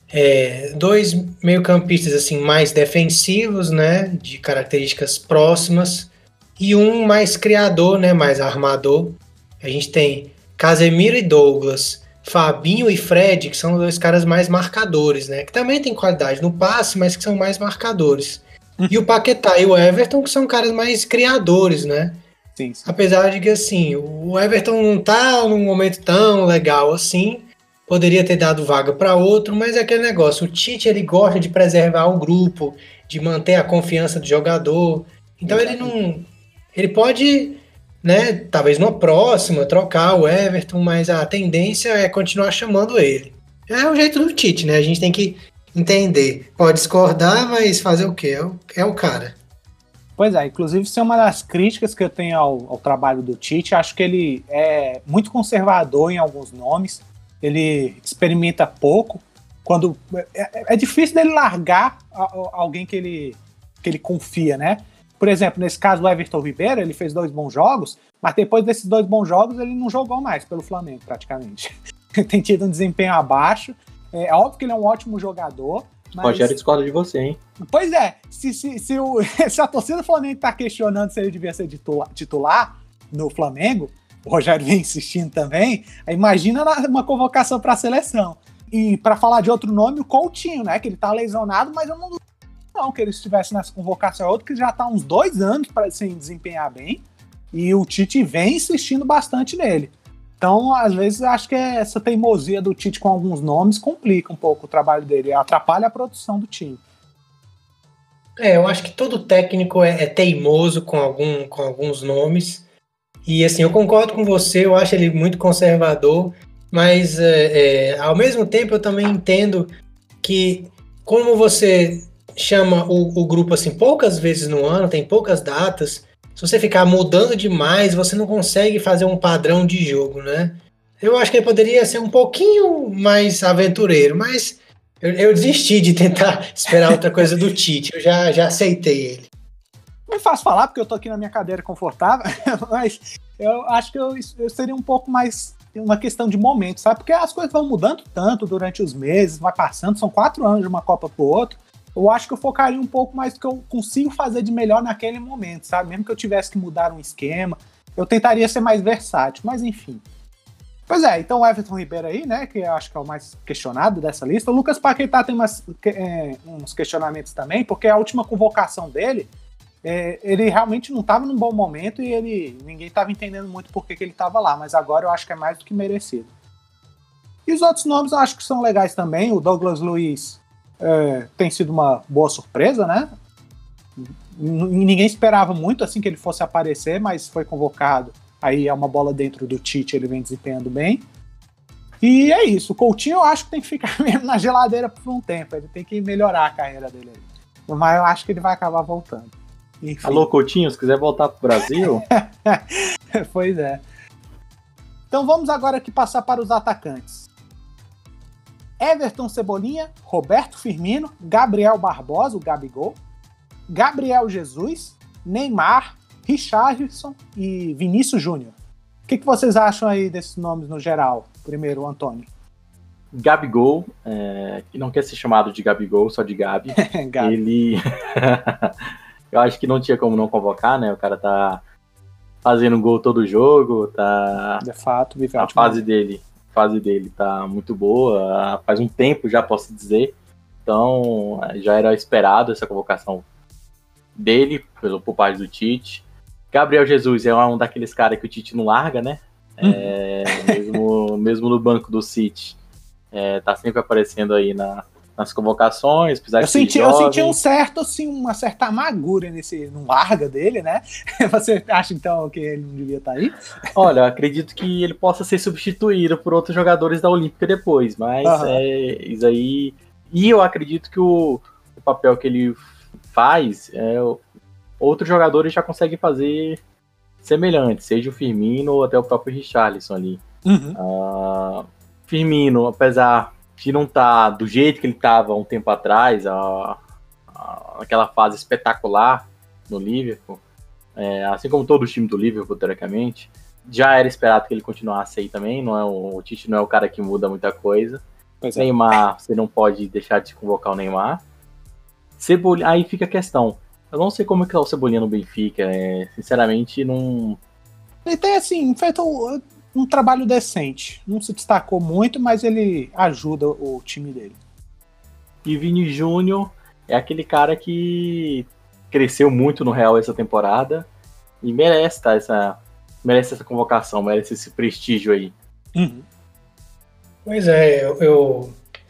é, dois meio-campistas assim, mais defensivos, né, de características próximas, e um mais criador, né, mais armador. A gente tem Casemiro e Douglas, Fabinho e Fred, que são dois caras mais marcadores, né, que também tem qualidade no passe, mas que são mais marcadores. E o Paquetá e o Everton, que são caras mais criadores, né. Sim, sim. Apesar de que, assim, o Everton não tá num momento tão legal assim, poderia ter dado vaga para outro, mas é aquele negócio, o Tite, ele gosta de preservar o grupo, de manter a confiança do jogador, então Exatamente. ele não... Ele pode, né, talvez numa próxima, trocar o Everton, mas a tendência é continuar chamando ele. É o jeito do Tite, né, a gente tem que entender. Pode discordar, mas fazer o quê? É o, é o cara. Pois é, inclusive isso é uma das críticas que eu tenho ao, ao trabalho do Tite. Acho que ele é muito conservador em alguns nomes, ele experimenta pouco. Quando é, é difícil dele largar a, a, alguém que ele, que ele confia, né? Por exemplo, nesse caso o Everton Ribeiro, ele fez dois bons jogos, mas depois desses dois bons jogos ele não jogou mais pelo Flamengo, praticamente. Tem tido um desempenho abaixo. É óbvio que ele é um ótimo jogador. Mas... Rogério discorda de você, hein? Pois é, se, se, se, o, se a torcida do Flamengo tá questionando se ele devia ser titular, titular no Flamengo, o Rogério vem insistindo também, imagina uma convocação para a seleção. E para falar de outro nome, o Coutinho, né? Que ele tá lesionado, mas eu não duvido não que ele estivesse nessa convocação. É outro que já tá há uns dois anos para sem desempenhar bem, e o Tite vem insistindo bastante nele. Então, às vezes, acho que essa teimosia do Tite com alguns nomes complica um pouco o trabalho dele, atrapalha a produção do time. É, eu acho que todo técnico é, é teimoso com, algum, com alguns nomes. E, assim, eu concordo com você, eu acho ele muito conservador, mas, é, é, ao mesmo tempo, eu também entendo que, como você chama o, o grupo, assim, poucas vezes no ano, tem poucas datas... Se você ficar mudando demais, você não consegue fazer um padrão de jogo, né? Eu acho que ele poderia ser um pouquinho mais aventureiro, mas eu, eu desisti de tentar esperar outra coisa do Tite. Eu já, já aceitei ele. Não é fácil falar, porque eu tô aqui na minha cadeira confortável, mas eu acho que eu, eu seria um pouco mais uma questão de momento, sabe? Porque as coisas vão mudando tanto durante os meses, vai passando, são quatro anos de uma Copa pro outro. Eu acho que eu focaria um pouco mais do que eu consigo fazer de melhor naquele momento, sabe? Mesmo que eu tivesse que mudar um esquema, eu tentaria ser mais versátil, mas enfim. Pois é, então o Everton Ribeiro aí, né, que eu acho que é o mais questionado dessa lista. O Lucas Paquetá tem umas, é, uns questionamentos também, porque a última convocação dele, é, ele realmente não estava num bom momento e ele, ninguém estava entendendo muito por que, que ele estava lá, mas agora eu acho que é mais do que merecido. E os outros nomes eu acho que são legais também. O Douglas Luiz é, tem sido uma boa surpresa, né? Ninguém esperava muito assim que ele fosse aparecer, mas foi convocado. Aí é uma bola dentro do Tite, ele vem desempenhando bem. E é isso, o Coutinho eu acho que tem que ficar mesmo na geladeira por um tempo, ele tem que melhorar a carreira dele aí. Mas eu acho que ele vai acabar voltando. Enfim. Alô, Coutinho, se quiser voltar pro Brasil... Pois é. Então vamos agora aqui passar para os atacantes. Everton Cebolinha, Roberto Firmino, Gabriel Barbosa, o Gabigol, Gabriel Jesus, Neymar, Richarlison e Vinícius Júnior. O que, que vocês acham aí desses nomes no geral? Primeiro, Antônio. Gabigol, é, que não quer ser chamado de Gabigol, só de Gabi. Gabi. Ele... eu acho que não tinha como não convocar, né? O cara tá fazendo gol todo jogo, tá... De fato, vive a fase dele, a fase dele tá muito boa, faz um tempo já, posso dizer. Então, já era esperado essa convocação dele, pelo, por parte do Tite. Gabriel Jesus é um daqueles caras que o Tite não larga, né? Uhum. É, mesmo, mesmo no banco do City. É, tá sempre aparecendo aí na, nas convocações, apesar eu de senti, ser eu jovem. senti um certo, assim, uma certa amargura nesse não larga dele, né? Você acha, então, que ele não devia estar aí? Olha, eu acredito que ele possa ser substituído por outros jogadores da Olímpica depois, mas uhum. é, isso aí... E eu acredito que o, o papel que ele faz, é, outros jogadores já conseguem fazer semelhante, seja o Firmino ou até o próprio Richarlison ali. Uhum. Uh, Firmino, apesar de não estar tá do jeito que ele estava um tempo atrás, a, a, aquela fase espetacular no Liverpool, é, assim como todo o time do Liverpool, teoricamente, já era esperado que ele continuasse aí também. Não é o, o Tite não é o cara que muda muita coisa. Pois Neymar, é. Você não pode deixar de convocar o Neymar. Cebolinha, aí fica a questão. Eu não sei como é que é o Cebolinha no Benfica. É, sinceramente, não... Ele tem, assim, feito um, um trabalho decente. Não se destacou muito, mas ele ajuda o time dele. E Vini Júnior é aquele cara que cresceu muito no Real essa temporada e merece, tá, essa, merece essa convocação, merece esse prestígio aí. Uhum. Pois é, eu, eu,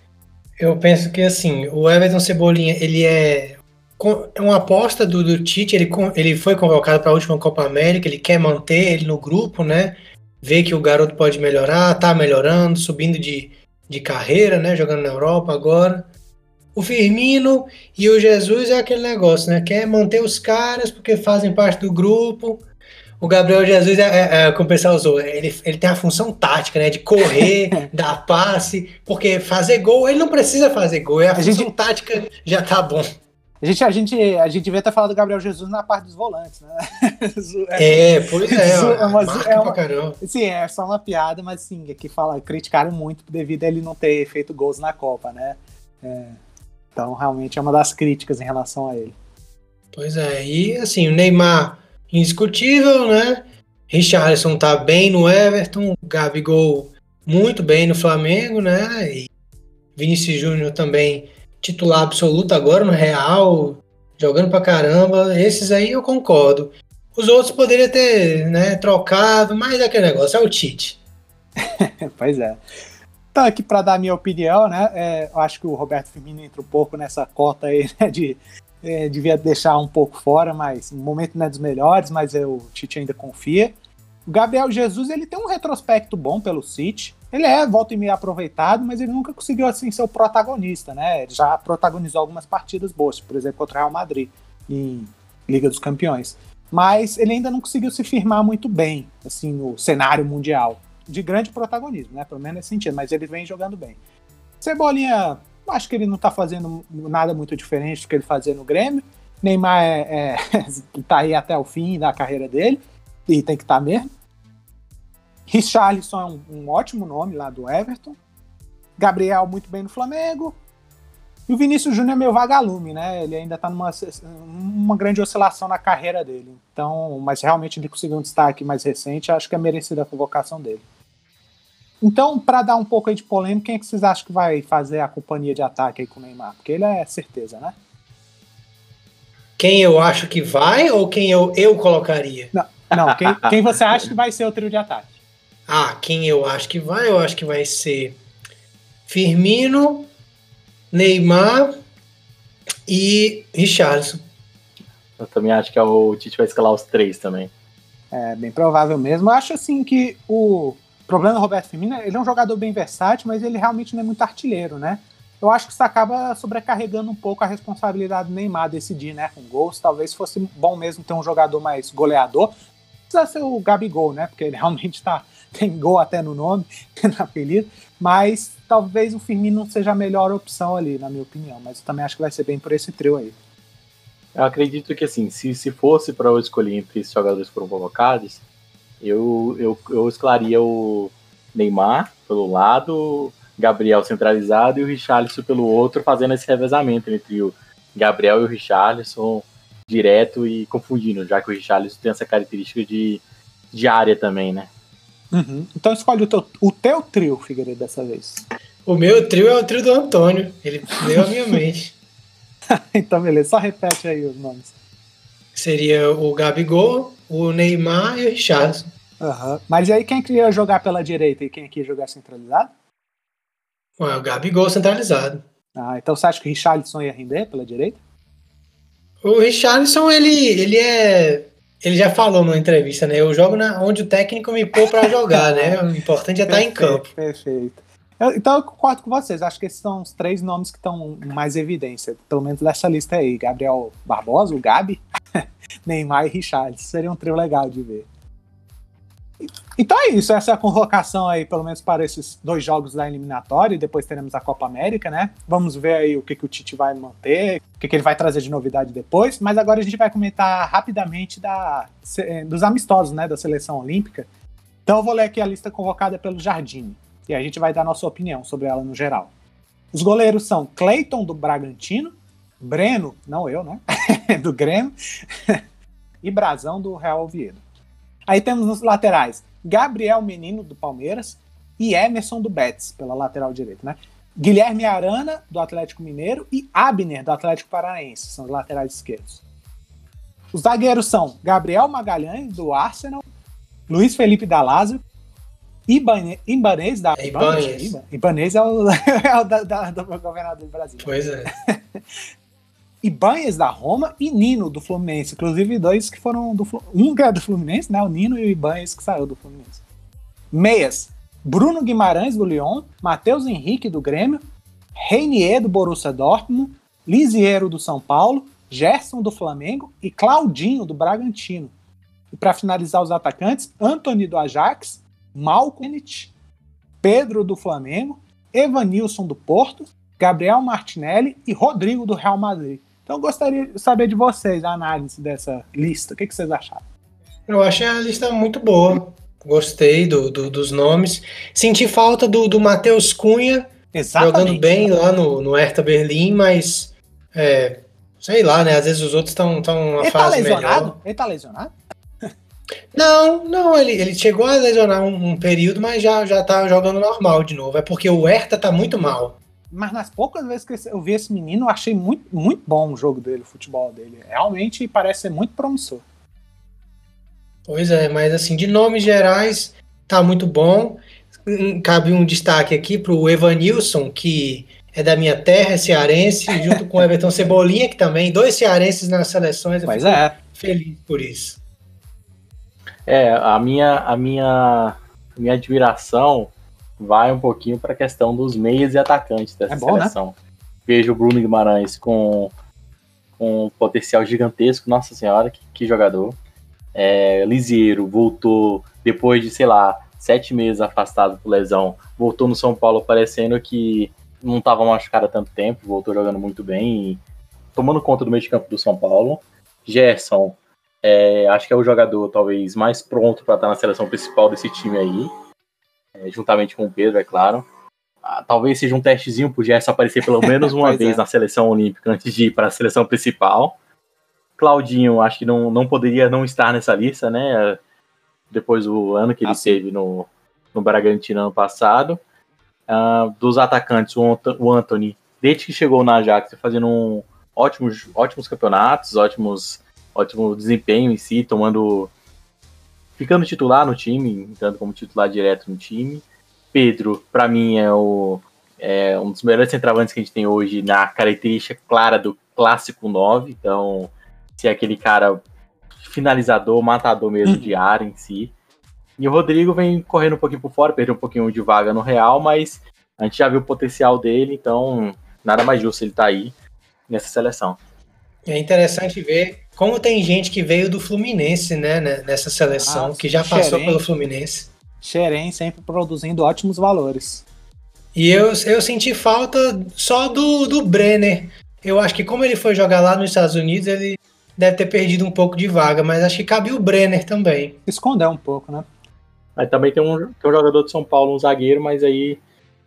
eu penso que, assim, o Everton Cebolinha, ele é é uma aposta do, do Tite, ele, ele foi convocado para a última Copa América, ele quer manter ele no grupo, né? Ver que o garoto pode melhorar, tá melhorando, subindo de, de carreira, né? Jogando na Europa agora. O Firmino e o Jesus é aquele negócio, né? Quer manter os caras porque fazem parte do grupo. O Gabriel Jesus, é, é, é como o pessoal usou, ele, ele tem a função tática, né? De correr, dar passe, porque fazer gol, ele não precisa fazer gol, é a, a função gente... tática, já tá bom. A gente, a, gente, a gente devia ter falado do Gabriel Jesus na parte dos volantes, né? É, pois é, é uma, marca é pra uma, caramba. Sim, é só uma piada, mas sim, aqui fala, criticaram muito devido a ele não ter feito gols na Copa, né? É, então, realmente é uma das críticas em relação a ele. Pois é, e assim, o Neymar, indiscutível, né? Richarlison tá bem no Everton, o Gabigol muito bem no Flamengo, né? E Vinícius Júnior também titular absoluto agora no Real, jogando pra caramba. Esses aí eu concordo. Os outros poderiam ter, né, trocado, mas é aquele negócio, é o Tite. Pois é. Então, aqui para dar a minha opinião, né, é, eu acho que o Roberto Firmino entra um pouco nessa cota aí, né, de é, devia deixar um pouco fora, mas no momento não é dos melhores, mas eu, o Tite ainda confia. O Gabriel Jesus, ele tem um retrospecto bom pelo City. Ele é, volta e meia, aproveitado, mas ele nunca conseguiu, assim, ser o protagonista, né? Ele já protagonizou algumas partidas boas, por exemplo, contra o Real Madrid, em Liga dos Campeões. Mas ele ainda não conseguiu se firmar muito bem, assim, no cenário mundial, de grande protagonismo, né? Pelo menos nesse sentido, mas ele vem jogando bem. Cebolinha, acho que ele não tá fazendo nada muito diferente do que ele fazia no Grêmio. Neymar é, é, tá aí até o fim da carreira dele, e tem que estar tá mesmo. Richarlison é um, um ótimo nome lá do Everton. Gabriel muito bem no Flamengo. E o Vinícius Júnior é meio vagalume, né? Ele ainda tá numa uma grande oscilação na carreira dele. Então, mas realmente ele conseguiu um destaque mais recente, acho que é merecida a convocação dele. Então, para dar um pouco aí de polêmica, quem é que vocês acham que vai fazer a companhia de ataque aí com o Neymar? Porque ele é certeza, né? Quem eu acho que vai ou quem eu, eu colocaria? Não, não quem, quem você acha que vai ser o trio de ataque? Ah, quem eu acho que vai? Eu acho que vai ser Firmino, Neymar e Richarlison. Eu também acho que o Tite vai escalar os três também. É, bem provável mesmo. Eu acho assim que o problema do Roberto Firmino, ele é um jogador bem versátil, mas ele realmente não é muito artilheiro, né? Eu acho que isso acaba sobrecarregando um pouco a responsabilidade do Neymar decidir, né, com gols. Talvez fosse bom mesmo ter um jogador mais goleador. Precisa ser o Gabigol, né, porque ele realmente tá, tem gol até no nome, no apelido. Mas talvez o Firmino não seja a melhor opção ali, na minha opinião. Mas eu também acho que vai ser bem por esse trio aí. Eu acredito que, assim, se, se fosse para eu escolher entre esses jogadores que foram convocados, eu, eu, eu escalaria o Neymar pelo lado, Gabriel centralizado e o Richarlison pelo outro, fazendo esse revezamento entre o Gabriel e o Richarlison, direto e confundindo, já que o Richarlison tem essa característica de, de área também, né? Uhum. Então escolhe o teu, o teu trio, Figueiredo, dessa vez. O meu trio é o trio do Antônio. Ele leu a minha mente. Então, beleza. Só repete aí os nomes. Seria o Gabigol, o Neymar e o Richarlison. Uhum. Mas e aí, quem queria jogar pela direita e quem queria jogar centralizado? Ué, o Gabigol centralizado. Ah, então você acha que o Richarlison ia render pela direita? O Richarlison, ele, ele é... Ele já falou numa entrevista, né? Eu jogo na, onde o técnico me pôr pra jogar, né? O importante é estar em campo. Perfeito. Eu, então eu concordo com vocês. Acho que esses são os três nomes que estão mais em evidência. Pelo menos dessa lista aí. Gabriel Barbosa, o Gabi, Neymar e Richarlison. Seria um trio legal de ver. Então é isso. Essa é a convocação aí, pelo menos para esses dois jogos da eliminatória. E depois teremos a Copa América, né? Vamos ver aí o que, que o Tite vai manter, o que, que ele vai trazer de novidade depois. Mas agora a gente vai comentar rapidamente da, dos amistosos, né? Da seleção olímpica. Então eu vou ler aqui a lista convocada pelo Jardine. E a gente vai dar nossa opinião sobre ela no geral. Os goleiros são Cleiton, do Bragantino, Breno, não eu, né? do Grêmio, e Brazão, do Real Oviedo. Aí temos nos laterais Gabriel Menino, do Palmeiras, e Emerson, do Betis, pela lateral direita, né? Guilherme Arana, do Atlético Mineiro, e Abner, do Atlético Paranaense, são os laterais esquerdos. Os zagueiros são Gabriel Magalhães, do Arsenal, Luiz Felipe Dalásio, Ibane, Ibanez da Ibanez. Ibanez é o, é o da, da, do governador do Brasil. Pois é. Ibanez da Roma e Nino do Fluminense. Inclusive, dois que foram do um que é do Fluminense, né? O Nino e o Ibanez que saiu do Fluminense. Meias: Bruno Guimarães do Lyon, Matheus Henrique do Grêmio, Reinier do Borussia Dortmund, Lisiero do São Paulo, Gerson do Flamengo e Claudinho do Bragantino. E para finalizar os atacantes, Antony do Ajax, Malcolm, Pedro do Flamengo, Evanilson do Porto, Gabriel Martinelli e Rodrigo do Real Madrid. Então eu gostaria de saber de vocês a análise dessa lista. O que, que vocês acharam? Eu achei a lista muito boa. Gostei do, do, dos nomes. Senti falta do, do Matheus Cunha. Exatamente. Jogando bem lá no, no Hertha Berlim, mas é, sei lá, né? Às vezes os outros estão numa Ele fase tá lesionado? melhor. Ele tá lesionado? Não, não, ele, ele chegou a lesionar um, um período, mas já, já tá jogando normal de novo. É porque o Hertha tá muito mal. Mas nas poucas vezes que eu vi esse menino, eu achei muito, muito bom o jogo dele, o futebol dele. Realmente parece ser muito promissor. Pois é, mas assim, de nomes gerais, tá muito bom. Cabe um destaque aqui pro Evanilson, que é da minha terra, cearense, junto com o Everton Cebolinha, que também, dois cearenses nas seleções. Eu Mas fico é. feliz por isso. É, a minha, a minha, a minha admiração vai um pouquinho para a questão dos meias e atacantes dessa é bom, seleção. Né? Vejo o Bruno Guimarães com, com um potencial gigantesco, nossa senhora, que, que jogador. É, Lisiero voltou depois de, sei lá, sete meses afastado por lesão, voltou no São Paulo parecendo que não estava machucado há tanto tempo, voltou jogando muito bem e tomando conta do meio de campo do São Paulo. Gerson, é, acho que é o jogador talvez mais pronto para estar na seleção principal desse time aí, é, juntamente com o Pedro, é claro. Ah, talvez seja um testezinho pro Gerson aparecer pelo menos uma vez é. na seleção olímpica antes de ir para a seleção principal. Claudinho, acho que não, não poderia não estar nessa lista, né? Depois do ano que ele assim. teve no, no Bragantino ano passado. Uh, dos atacantes, o, o Antony, desde que chegou na Ajax, fazendo um ótimos, ótimos campeonatos, ótimos, ótimo desempenho em si, tomando, ficando titular no time, entrando como titular direto no time. Pedro, para mim, é, o, é um dos melhores centroavantes que a gente tem hoje na característica clara do clássico nove, então se é aquele cara finalizador, matador mesmo, uhum. de área em si. E o Rodrigo vem correndo um pouquinho por fora, perdeu um pouquinho de vaga no Real, mas a gente já viu o potencial dele, então nada mais justo ele estar tá aí nessa seleção. É interessante ver como tem gente que veio do Fluminense, né, nessa seleção, ah, que já passou Xerém. pelo Fluminense. Xerém sempre produzindo ótimos valores. E eu, eu senti falta só do, do Brenner. Eu acho que como ele foi jogar lá nos Estados Unidos, ele deve ter perdido um pouco de vaga, mas acho que cabe o Brenner também. Esconder um pouco, né? Aí também tem um, tem um jogador de São Paulo, um zagueiro, mas aí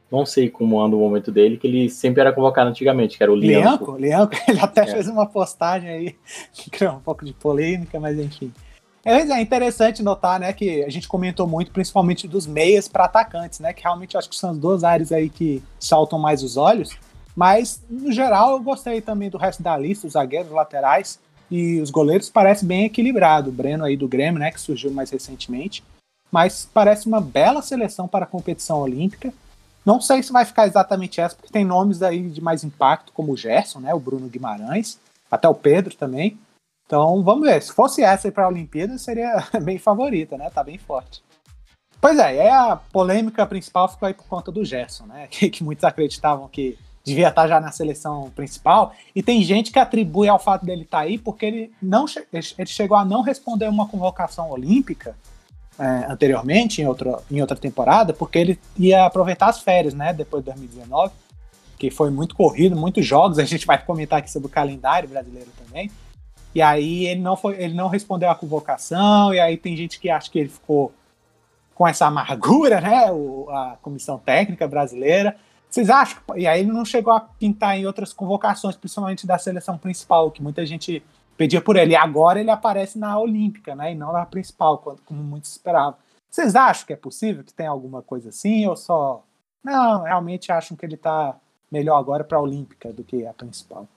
não sei como anda o momento dele, que ele sempre era convocado antigamente, que era o Lianco. Lianco, Lianco, ele até é. fez uma postagem aí, que criou um pouco de polêmica, mas enfim. É interessante notar, né, que a gente comentou muito, principalmente dos meias para atacantes, né, que realmente acho que são as duas áreas aí que saltam mais os olhos, mas, no geral, eu gostei também do resto da lista, os zagueiros, os laterais e os goleiros parece bem equilibrado, o Breno aí do Grêmio, né, que surgiu mais recentemente, mas parece uma bela seleção para a competição olímpica. Não sei se vai ficar exatamente essa, porque tem nomes aí de mais impacto, como o Gerson, né, o Bruno Guimarães, até o Pedro também. Então, vamos ver. Se fosse essa aí para a Olimpíada, seria bem favorita, né? Tá bem forte. Pois é, e aí a polêmica principal ficou aí por conta do Gerson, né? Que, que muitos acreditavam que devia estar já na seleção principal. E tem gente que atribui ao fato dele estar aí porque ele, não, ele chegou a não responder uma convocação olímpica é, anteriormente, em outra, em outra temporada, porque ele ia aproveitar as férias, né? Depois de dois mil e dezenove, que foi muito corrido, muitos jogos. A gente vai comentar aqui sobre o calendário brasileiro também. E aí ele não, foi, ele não respondeu à convocação, e aí tem gente que acha que ele ficou com essa amargura, né? O, a comissão técnica brasileira. Vocês acham? E aí ele não chegou a pintar em outras convocações, principalmente da seleção principal, que muita gente pedia por ele. E agora ele aparece na Olímpica, né? E não na principal, como muitos esperavam. Vocês acham que é possível que tenha alguma coisa assim, ou só... Não, realmente acham que ele está melhor agora para a Olímpica do que a principal?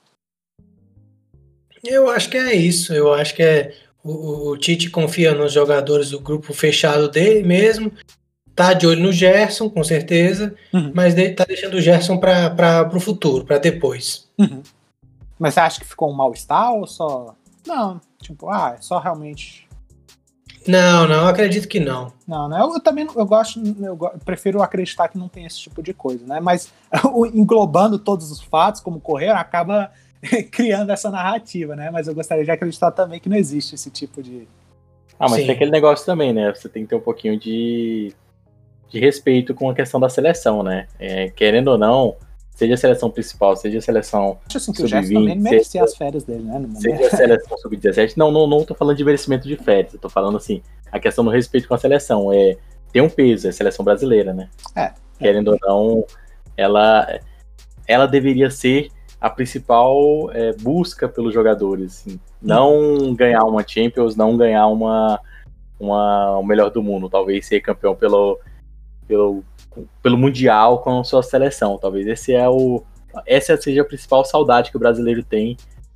Eu acho que é isso, eu acho que é o, o Tite confia nos jogadores do grupo fechado dele mesmo, tá de olho no Gerson, com certeza, uhum. mas de, tá deixando o Gerson para o futuro, para depois. Uhum. Mas você acha que ficou um mal-estar ou só... Não, tipo, ah, é só realmente... Não, não, eu acredito que não. Não, né? Eu, eu também eu gosto, eu prefiro acreditar que não tem esse tipo de coisa, né? Mas englobando todos os fatos, como correram, acaba... criando essa narrativa, né? Mas eu gostaria de acreditar também que não existe esse tipo de... Ah, mas Sim. Tem aquele negócio também, né? Você tem que ter um pouquinho de, de respeito com a questão da seleção, né? É, querendo ou não, seja a seleção principal, seja a seleção Acho assim, que o Gerson também merecia as férias dele, né? No seja a seleção sub dezessete. Não, não, não tô falando de merecimento de férias. Eu tô falando assim, a questão do respeito com a seleção. É, tem um peso, é a seleção brasileira, né? É. Querendo é. ou não, ela, ela deveria ser a principal é, busca pelos jogadores, assim. Não ganhar uma Champions, não ganhar uma, uma, o melhor do mundo, talvez ser campeão pelo, pelo, pelo Mundial com a sua seleção, talvez esse é o, essa seja a principal saudade que o brasileiro tem,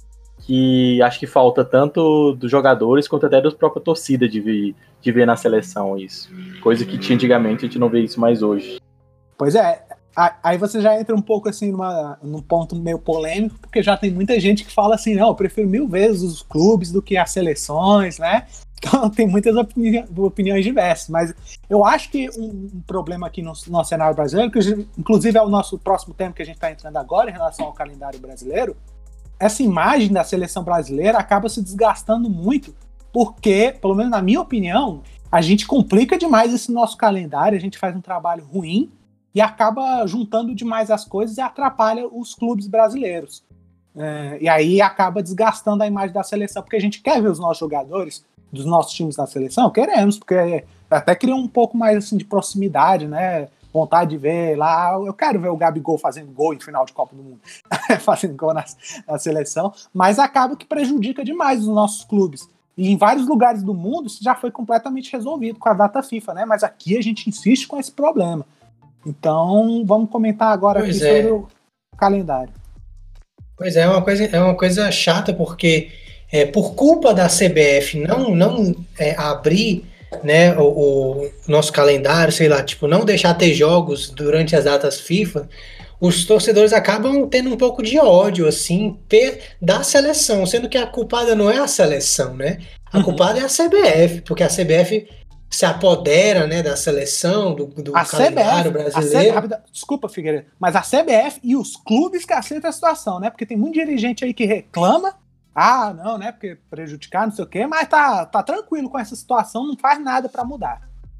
que acho que falta tanto dos jogadores quanto até da própria torcida de ver, de ver na seleção isso, coisa que tinha antigamente, a gente não vê isso mais hoje. Pois é, aí você já entra um pouco assim numa, num ponto meio polêmico, porque já tem muita gente que fala assim, não, eu prefiro mil vezes os clubes do que as seleções, né? Então tem muitas opini- opiniões diversas, mas eu acho que um, um problema aqui no nosso cenário brasileiro, que inclusive é o nosso próximo tema que a gente está entrando agora em relação ao calendário brasileiro, essa imagem da seleção brasileira acaba se desgastando muito, porque, pelo menos na minha opinião, a gente complica demais esse nosso calendário, a gente faz um trabalho ruim, e acaba juntando demais as coisas e atrapalha os clubes brasileiros. É, e aí acaba desgastando a imagem da seleção, porque a gente quer ver os nossos jogadores dos nossos times na seleção, queremos, porque até cria um pouco mais assim, de proximidade, né? Vontade de ver lá, eu quero ver o Gabigol fazendo gol em final de Copa do Mundo, fazendo gol na, na seleção, mas acaba que prejudica demais os nossos clubes. E em vários lugares do mundo isso já foi completamente resolvido com a data FIFA, né? Mas aqui a gente insiste com esse problema. Então, vamos comentar agora pois aqui é. sobre o calendário. Pois é, é uma coisa, é uma coisa chata, porque é, por culpa da C B F não, não é, abrir, né, o, o nosso calendário, sei lá, tipo, não deixar ter jogos durante as datas FIFA, os torcedores acabam tendo um pouco de ódio, assim, da seleção, sendo que a culpada não é a seleção, né? A uhum. culpada é a C B F, porque a C B F se apodera, né, da seleção, do, do a calendário C B F, brasileiro. A C B F, desculpa, Figueiredo, mas a C B F e os clubes que aceitam a situação, né? Porque tem muito dirigente aí que reclama, ah, não, né, porque prejudicar, não sei o quê, mas tá, tá tranquilo com essa situação, não faz nada para mudar.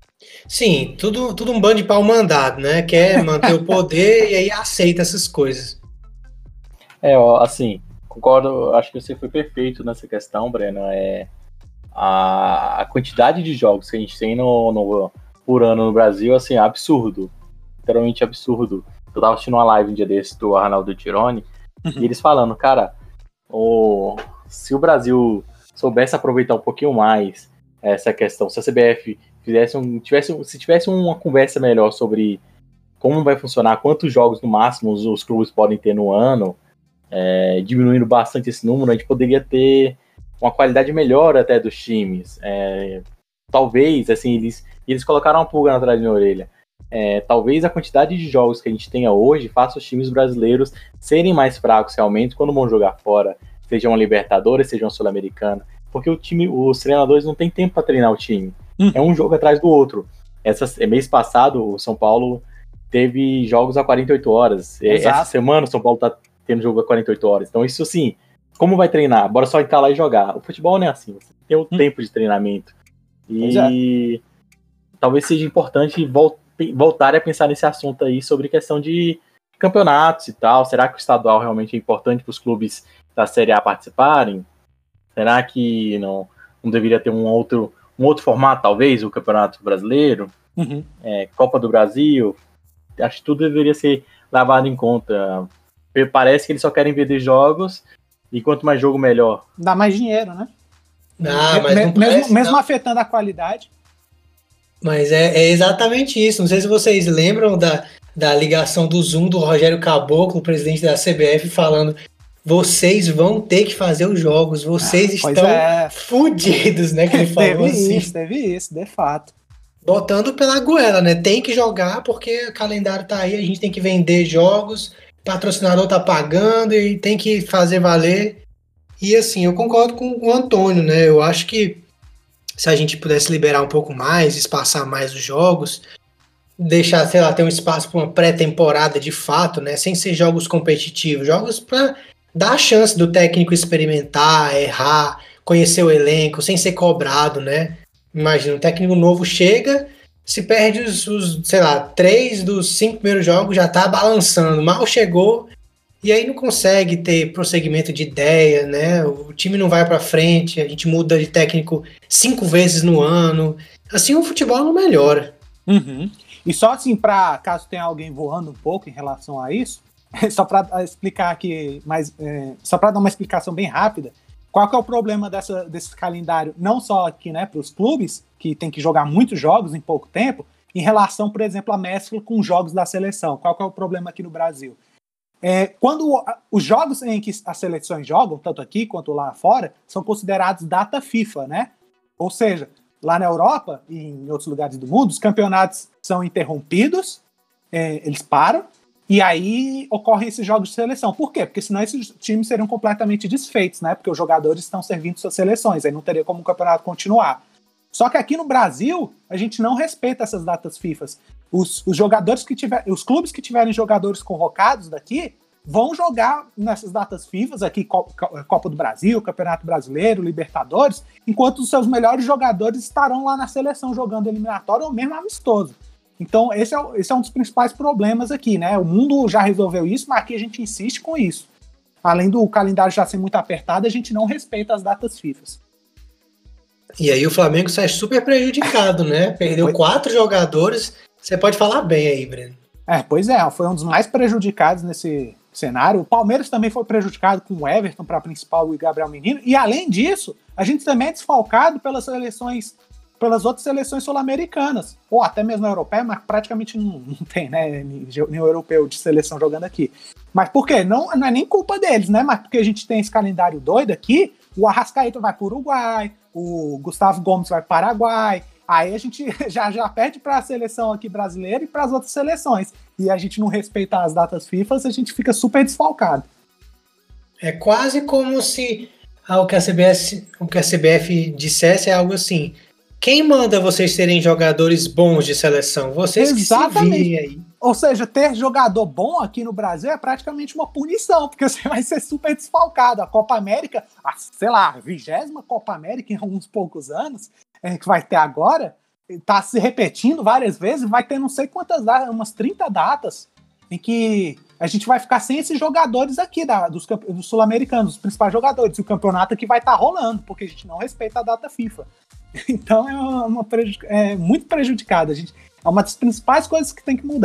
Sim, tudo, tudo um bando de pau mandado, né? Quer manter o poder e aí aceita essas coisas. É, ó, assim, concordo, acho que você foi perfeito nessa questão, Breno, é... A, a quantidade de jogos que a gente tem no, no, por ano no Brasil, assim, é absurdo. literalmente absurdo. Eu tava assistindo uma live um dia desse do Arnaldo Tironi, uhum. e eles falando, cara, o... se o Brasil soubesse aproveitar um pouquinho mais essa questão, se a C B F fizesse um, tivesse, se tivesse uma conversa melhor sobre como vai funcionar, quantos jogos no máximo os, os clubes podem ter no ano, é, diminuindo bastante esse número, a gente poderia ter uma qualidade melhor até dos times. É, talvez, assim, eles, eles colocaram uma pulga atrás da minha orelha. É, talvez a quantidade de jogos que a gente tenha hoje faça os times brasileiros serem mais fracos realmente quando vão jogar fora, seja uma Libertadores, seja uma Sul-Americana, porque o time, os treinadores não têm tempo para treinar o time. Hum. É um jogo atrás do outro. Essa, mês passado, o São Paulo teve jogos a quarenta e oito horas. Exato. Essa semana o São Paulo tá tendo jogo a quarenta e oito horas. Então isso sim, como vai treinar? Bora só entrar lá e jogar. O futebol não é assim, você tem o hum. tempo de treinamento. E é. talvez seja importante vol- voltar a pensar nesse assunto aí sobre questão de campeonatos e tal. Será que o estadual realmente é importante para os clubes da Série A participarem? Será que não, não deveria ter um outro, um outro formato, talvez, o Campeonato Brasileiro? Uhum. É, Copa do Brasil? Acho que tudo deveria ser levado em conta. Parece que eles só querem vender jogos, e quanto mais jogo, melhor. Dá mais dinheiro, né? Ah, mas não mesmo parece, mesmo não. afetando a qualidade. Mas é, é exatamente isso. Não sei se vocês lembram da, da ligação do Zoom do Rogério Caboclo, presidente da C B F, falando: vocês vão ter que fazer os jogos, vocês ah, estão é. fodidos, né? Que ele falou teve assim. isso, teve isso, de fato. Botando pela goela, né? Tem que jogar porque o calendário tá aí, a gente tem que vender jogos, patrocinador tá pagando e tem que fazer valer. E assim, eu concordo com o Antônio, né? Eu acho que se a gente pudesse liberar um pouco mais, espaçar mais os jogos, deixar, sei lá, ter um espaço para uma pré-temporada de fato, né? Sem ser jogos competitivos, jogos para dar a chance do técnico experimentar, errar, conhecer o elenco, sem ser cobrado, né? Imagina, um técnico novo chega, se perde os, os, sei lá, três dos cinco primeiros jogos, já tá balançando, mal chegou, e aí não consegue ter prosseguimento de ideia, né? O time não vai pra frente, a gente muda de técnico cinco vezes no ano, assim o futebol não melhora. Uhum. E só assim, pra, caso tenha alguém voando um pouco em relação a isso, só para explicar aqui, mas, é, só para dar uma explicação bem rápida, qual que é o problema dessa, desse calendário, não só aqui, né, para os clubes, que tem que jogar muitos jogos em pouco tempo, em relação, por exemplo, à mescla com os jogos da seleção. Qual que é o problema aqui no Brasil? É, quando os jogos em que as seleções jogam, tanto aqui quanto lá fora, são considerados data FIFA, né? Ou seja, lá na Europa e em outros lugares do mundo, os campeonatos são interrompidos, é, eles param, e aí ocorrem esses jogos de seleção. Por quê? Porque senão esses times seriam completamente desfeitos, né? Porque os jogadores estão servindo suas seleções, aí não teria como o campeonato continuar. Só que aqui no Brasil, a gente não respeita essas datas FIFA. Os, os jogadores que tiver, os clubes que tiverem jogadores convocados daqui vão jogar nessas datas FIFA, aqui Copa do Brasil, Campeonato Brasileiro, Libertadores, enquanto os seus melhores jogadores estarão lá na seleção jogando eliminatório ou mesmo amistoso. Então, esse é, esse é um dos principais problemas aqui, né? O mundo já resolveu isso, mas aqui a gente insiste com isso. Além do calendário já ser muito apertado, a gente não respeita as datas FIFA. E aí o Flamengo sai super prejudicado, né? Perdeu pois... quatro jogadores. Você pode falar bem aí, Breno. É, pois é, foi um dos mais prejudicados nesse cenário. O Palmeiras também foi prejudicado com o Everton para principal e Gabriel Menino. E além disso, a gente também é desfalcado pelas seleções... pelas outras seleções sul-americanas, ou até mesmo a europeia, mas praticamente não, não tem, né, nenhum europeu de seleção jogando aqui. Mas por quê? Não, não é nem culpa deles, né, mas porque a gente tem esse calendário doido aqui, o Arrascaeta vai para o Uruguai, o Gustavo Gomes vai para o Paraguai, aí a gente já, já perde para a seleção aqui brasileira e para as outras seleções, e a gente não respeita as datas FIFA, a gente fica super desfalcado. É quase como se ah, o, que a C B F, o que a C B F dissesse é algo assim: quem manda vocês serem jogadores bons de seleção? Vocês Exatamente. Que se virem aí. Ou seja, ter jogador bom aqui no Brasil é praticamente uma punição, porque você vai ser super desfalcado. A Copa América, a, sei lá, a vigésima Copa América em alguns poucos anos, é, que vai ter agora, está se repetindo várias vezes, vai ter não sei quantas datas, umas trinta datas, em que a gente vai ficar sem esses jogadores aqui, da, dos, dos sul-americanos, os principais jogadores, e o campeonato aqui vai estar tá rolando, porque a gente não respeita a data FIFA. Então é, uma, uma prejudic... é muito prejudicado. A gente... É uma das principais coisas que tem que mudar.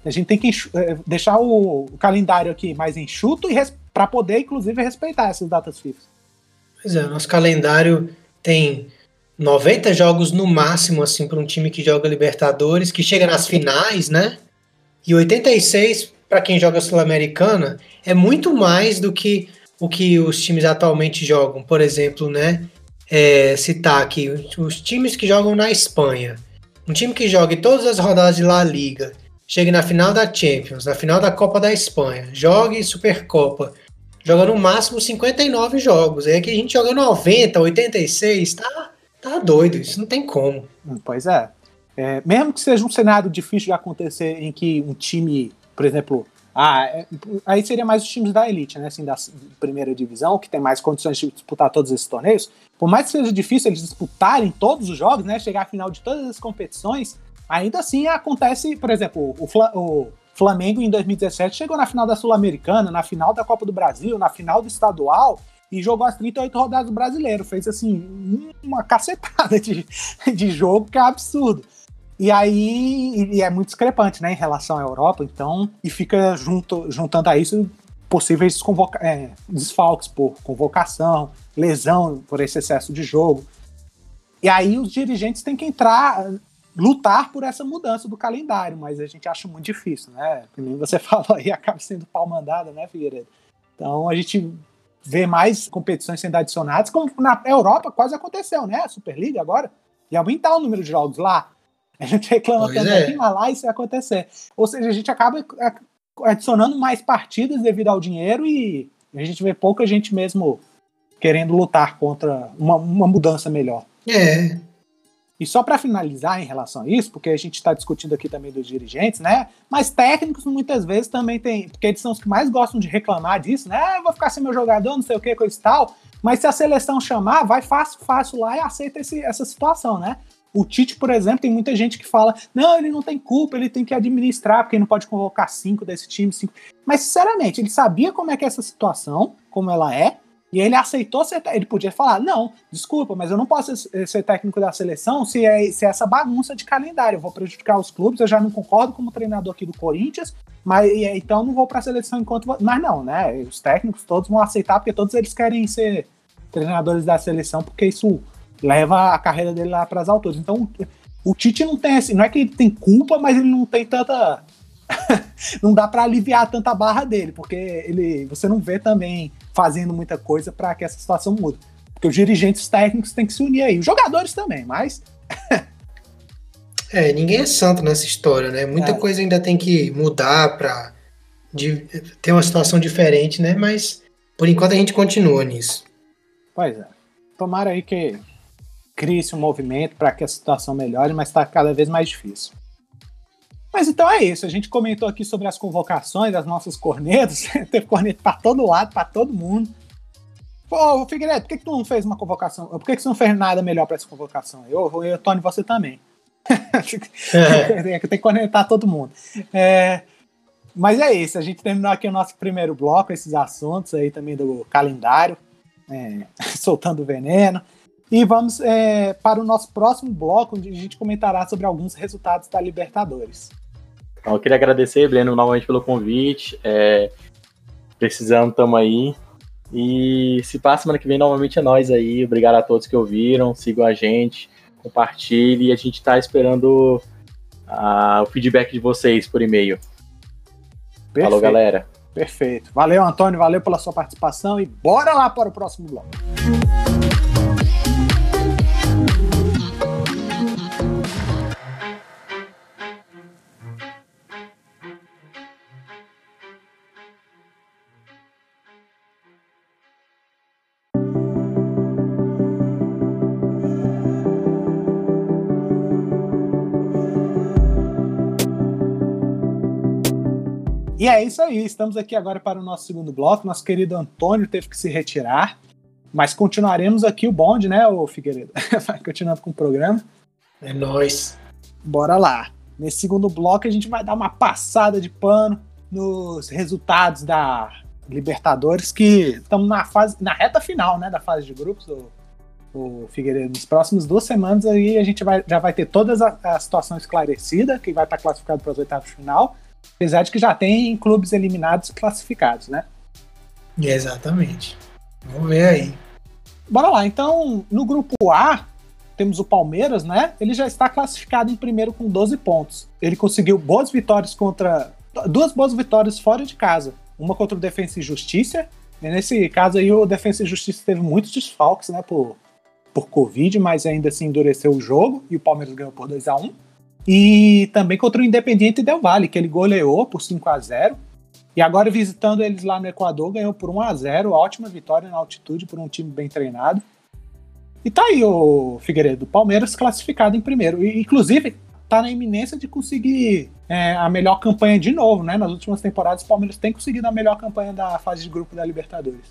A gente tem que enxu- deixar o, o calendário aqui mais enxuto e res- para poder, inclusive, respeitar essas datas FIFA. Pois é, nosso calendário tem noventa jogos no máximo, assim, para um time que joga Libertadores, que chega nas finais, né? E oitenta e seis para quem joga Sul-Americana é muito mais do que o que os times atualmente jogam. Por exemplo, né? É, citar aqui os times que jogam na Espanha. Um time que joga todas as rodadas de La Liga, chegue na final da Champions, na final da Copa da Espanha, jogue Supercopa, joga no máximo cinquenta e nove jogos. É que a gente joga noventa, oitenta e seis, tá, tá doido, isso não tem como. Pois é. é. Mesmo que seja um cenário difícil de acontecer em que um time, por exemplo, ah, é, aí seria mais os times da elite, né, assim, da primeira divisão, que tem mais condições de disputar todos esses torneios. Por mais que seja difícil eles disputarem todos os jogos, né, chegar à final de todas as competições, ainda assim acontece, por exemplo, o, Fla, o Flamengo em dois mil e dezessete chegou na final da Sul-Americana, na final da Copa do Brasil, na final do estadual e jogou as trinta e oito rodadas do Brasileiro. Fez assim uma cacetada de, de jogo que é absurdo. E aí e é muito discrepante, né, em relação à Europa, então, e fica junto, juntando a isso possíveis convoca- é, desfalques por convocação, lesão por esse excesso de jogo. E aí os dirigentes têm que entrar, lutar por essa mudança do calendário, mas a gente acha muito difícil, né? Como você falou aí, acaba sendo pau mandada, né, Figueiredo? Então a gente vê mais competições sendo adicionadas, como na Europa quase aconteceu, né? A Superliga agora, e aumentar o número de jogos lá. A gente reclama Pois também, é. mas lá isso vai acontecer. Ou seja, a gente acaba adicionando mais partidas devido ao dinheiro e a gente vê pouca gente mesmo querendo lutar contra uma, uma mudança melhor. É. E só para finalizar em relação a isso, porque a gente está discutindo aqui também dos dirigentes, né? Mas técnicos muitas vezes também tem, porque eles são os que mais gostam de reclamar disso, né? Ah, eu vou ficar sem meu jogador, não sei o que, coisa e tal. Mas se a seleção chamar, vai fácil, fácil lá e aceita esse, essa situação, né? O Tite, por exemplo, tem muita gente que fala, não, ele não tem culpa, ele tem que administrar, porque ele não pode convocar cinco desse time, cinco. Mas, sinceramente, ele sabia como é que é essa situação, como ela é, e ele aceitou ser, ele podia falar, não, desculpa, mas eu não posso ser técnico da seleção se é, se é essa bagunça de calendário, eu vou prejudicar os clubes, eu já não concordo como treinador aqui do Corinthians, mas então não vou para a seleção enquanto... Vou... Mas não, né, os técnicos todos vão aceitar, porque todos eles querem ser treinadores da seleção, porque isso leva a carreira dele lá para as alturas. Então, o Tite não tem assim, não é que ele tem culpa, mas ele não tem tanta... não dá para aliviar tanta barra dele, porque ele, você não vê também fazendo muita coisa para que essa situação mude. Porque os dirigentes técnicos têm que se unir aí. Os jogadores também, mas... é, ninguém é santo nessa história, né? Muita é. coisa ainda tem que mudar para ter uma situação diferente, né? Mas, por enquanto, a gente continua nisso. Pois é. Tomara aí que crie-se um movimento para que a situação melhore, mas está cada vez mais difícil. Mas então é isso, a gente comentou aqui sobre as convocações, as nossas cornetas, teve corneta para todo lado, para todo mundo. Pô, Figueiredo, por que, que tu não fez uma convocação? Por que, que você não fez nada melhor para essa convocação? Eu, eu, Tony, você também. É. Tem que cornetar todo mundo. É, mas é isso, a gente terminou aqui o nosso primeiro bloco, esses assuntos aí também do calendário, é, soltando veneno. E vamos é, para o nosso próximo bloco, onde a gente comentará sobre alguns resultados da Libertadores. Então, eu queria agradecer, Breno, novamente pelo convite. É, precisando, estamos aí. E se passa semana que vem, novamente é nós aí. Obrigado a todos que ouviram, sigam a gente, compartilhem. E a gente está esperando uh, o feedback de vocês por e-mail. Perfeito. Falou, galera. Perfeito. Valeu, Antônio, valeu pela sua participação e bora lá para o próximo bloco. E é isso aí, estamos aqui agora para o nosso segundo bloco. Nosso querido Antônio teve que se retirar, mas continuaremos aqui o bonde, né, ô Figueiredo? Continuando com o programa. É nóis. Bora lá. Nesse segundo bloco a gente vai dar uma passada de pano nos resultados da Libertadores, que estamos na fase, na reta final, né, da fase de grupos, o, o Figueiredo. Nas próximas duas semanas aí a gente vai, já vai ter toda a, a situação esclarecida, que vai estar classificado para os oitavos de final. Apesar de que já tem clubes eliminados e classificados, né? Exatamente. Vamos ver aí. Bora lá, então, no grupo A, temos o Palmeiras, né? Ele já está classificado em primeiro com doze pontos. Ele conseguiu boas vitórias contra... Duas boas vitórias fora de casa. Uma contra o Defensa e Justiça. E nesse caso aí, o Defensa e Justiça teve muitos desfalques, né? Por, por Covid, mas ainda assim endureceu o jogo. E o Palmeiras ganhou por dois a um. E também contra o Independiente Del Valle, que ele goleou por cinco a zero. E agora, visitando eles lá no Equador, ganhou por um a zero. Ótima vitória na altitude por um time bem treinado. E tá aí o Figueiredo, o Palmeiras classificado em primeiro. E, inclusive, tá na iminência de conseguir é, a melhor campanha de novo, né? Nas últimas temporadas, o Palmeiras tem conseguido a melhor campanha da fase de grupo da Libertadores.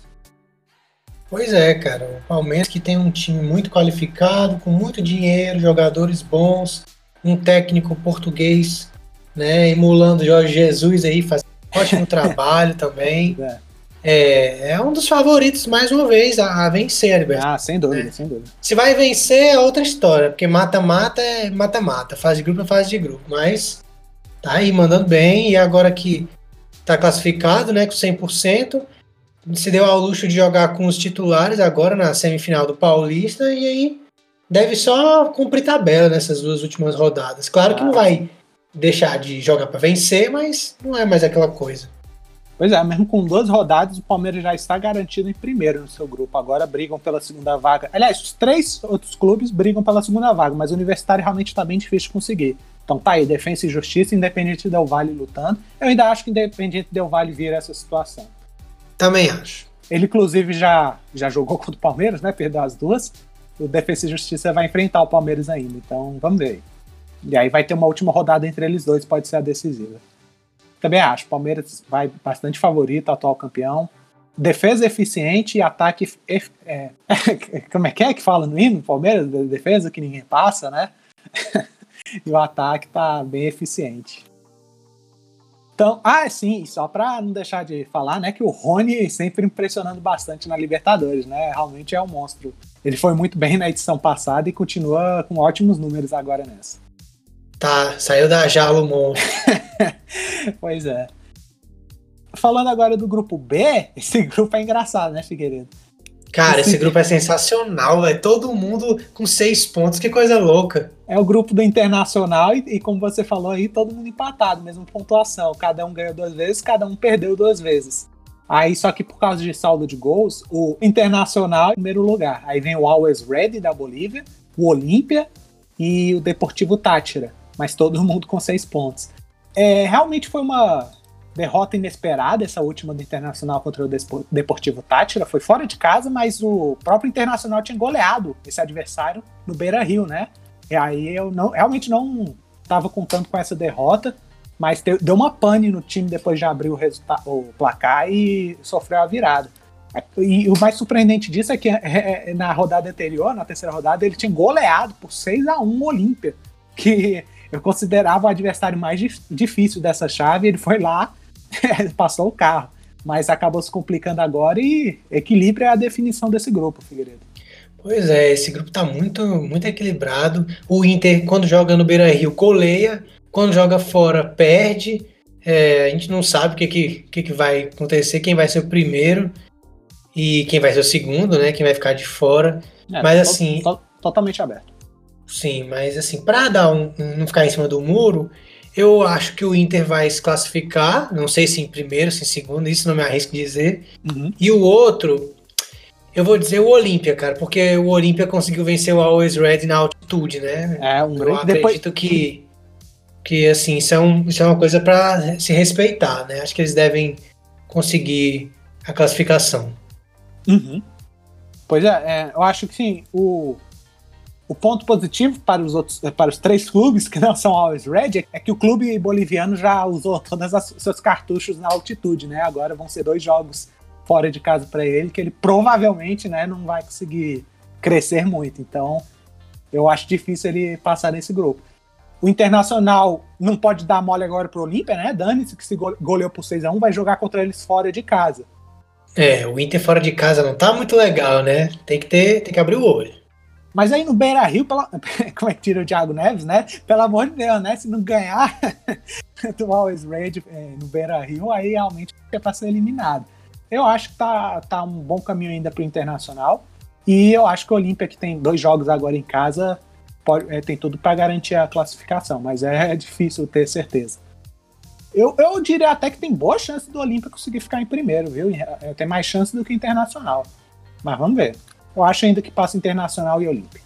Pois é, cara. O Palmeiras que tem um time muito qualificado, com muito dinheiro, jogadores bons, um técnico português, né? Emulando Jorge Jesus aí, fazendo ótimo trabalho também. É. É, é um dos favoritos, mais uma vez, a, a vencer a Libertadores. Ah, sem dúvida, né? sem dúvida. Se vai vencer é outra história, porque mata-mata é mata-mata, fase de grupo é fase de grupo, mas tá aí mandando bem, e agora que tá classificado, né, com cem por cento, se deu ao luxo de jogar com os titulares agora na semifinal do Paulista, e aí deve só cumprir tabela nessas duas últimas rodadas. Claro que não vai deixar de jogar para vencer, mas não é mais aquela coisa. Pois é, mesmo com duas rodadas, o Palmeiras já está garantido em primeiro no seu grupo. Agora brigam pela segunda vaga. Aliás, os três outros clubes brigam pela segunda vaga, mas o Universitário realmente está bem difícil de conseguir. Então tá aí, Defensa e Justiça, Independiente Del Valle lutando. Eu ainda acho que Independiente Del Valle vira essa situação. Também acho. Ele, inclusive, já, já jogou contra o Palmeiras, né? Perdeu as duas. O Defensa e Justiça vai enfrentar o Palmeiras ainda. Então, vamos ver. E aí vai ter uma última rodada entre eles dois, pode ser a decisiva. Também acho, Palmeiras vai bastante favorito, atual campeão. Defesa eficiente e ataque... É, é, como é que é que fala no hino? Palmeiras, defesa que ninguém passa, né? E o ataque tá bem eficiente. Então, ah, sim, só pra não deixar de falar, né, que o Rony sempre impressionando bastante na Libertadores, né? Realmente é um monstro. Ele foi muito bem na edição passada e continua com ótimos números agora nessa. Tá, saiu da jaula o monstro. Pois é. Falando agora do grupo B, esse grupo é engraçado, né, Figueiredo? Cara, esse, esse grupo é sensacional, é todo mundo com seis pontos, que coisa louca. É o grupo do Internacional e, e como você falou aí, todo mundo empatado, mesma pontuação. Cada um ganhou duas vezes, cada um perdeu duas vezes. Aí, só que por causa de saldo de gols, o Internacional em primeiro lugar. Aí vem o Always Ready da Bolívia, o Olímpia e o Deportivo Táchira. Mas todo mundo com seis pontos. É, realmente foi uma derrota inesperada essa última do Internacional contra o Deportivo Táchira. Foi fora de casa, mas o próprio Internacional tinha goleado esse adversário no Beira-Rio, né? E aí eu não, realmente não estava contando com essa derrota, mas deu uma pane no time depois de abrir o, resultado, o placar e sofreu a virada. E o mais surpreendente disso é que na rodada anterior, na terceira rodada, ele tinha goleado por seis a um o Olímpia, que eu considerava o adversário mais difícil dessa chave. Ele foi lá, passou o carro, mas acabou se complicando agora e equilíbrio é a definição desse grupo, Figueiredo. Pois é, esse grupo tá muito, muito equilibrado. O Inter, quando joga no Beira-Rio, goleia. Quando joga fora, perde. É, a gente não sabe o que, que, que, que vai acontecer, quem vai ser o primeiro e quem vai ser o segundo, né? Quem vai ficar de fora. É, mas to, assim... To, totalmente aberto. Sim, mas assim, para dar um, um, não ficar em cima do muro, eu acho que o Inter vai se classificar, não sei se em primeiro, se em segundo, isso não me arrisco dizer. Uhum. E o outro, eu vou dizer o Olímpia, cara, porque o Olímpia conseguiu vencer o Always Ready na altitude, né? É, um eu acredito depois... que, que assim, isso é, um, isso é uma coisa para se respeitar, né? Acho que eles devem conseguir a classificação. Uhum. Pois é, é, eu acho que sim, o... O ponto positivo para os outros, para os três clubes que não são Always Ready é que o clube boliviano já usou todos os seus cartuchos na altitude, né? Agora vão ser dois jogos fora de casa para ele, que ele provavelmente, né, não vai conseguir crescer muito. Então, eu acho difícil ele passar nesse grupo. O Internacional não pode dar mole agora pro Olímpia, né? Dane-se que se goleou por seis a um, vai jogar contra eles fora de casa. É, o Inter fora de casa não tá muito legal, né? Tem que ter, tem que abrir o olho. Mas aí no Beira-Rio, pela... como é que tira o Thiago Neves, né? Pelo amor de Deus, né? Se não ganhar do Always Red no Beira-Rio, aí realmente é para ser eliminado. Eu acho que tá, tá um bom caminho ainda pro Internacional. E eu acho que o Olímpia, que tem dois jogos agora em casa, pode, é, tem tudo para garantir a classificação, mas é, é difícil ter certeza. Eu, eu diria até que tem boa chance do Olímpia conseguir ficar em primeiro, viu? Tem mais chance do que o Internacional. Mas vamos ver. Eu acho ainda que passa Internacional e Olímpia.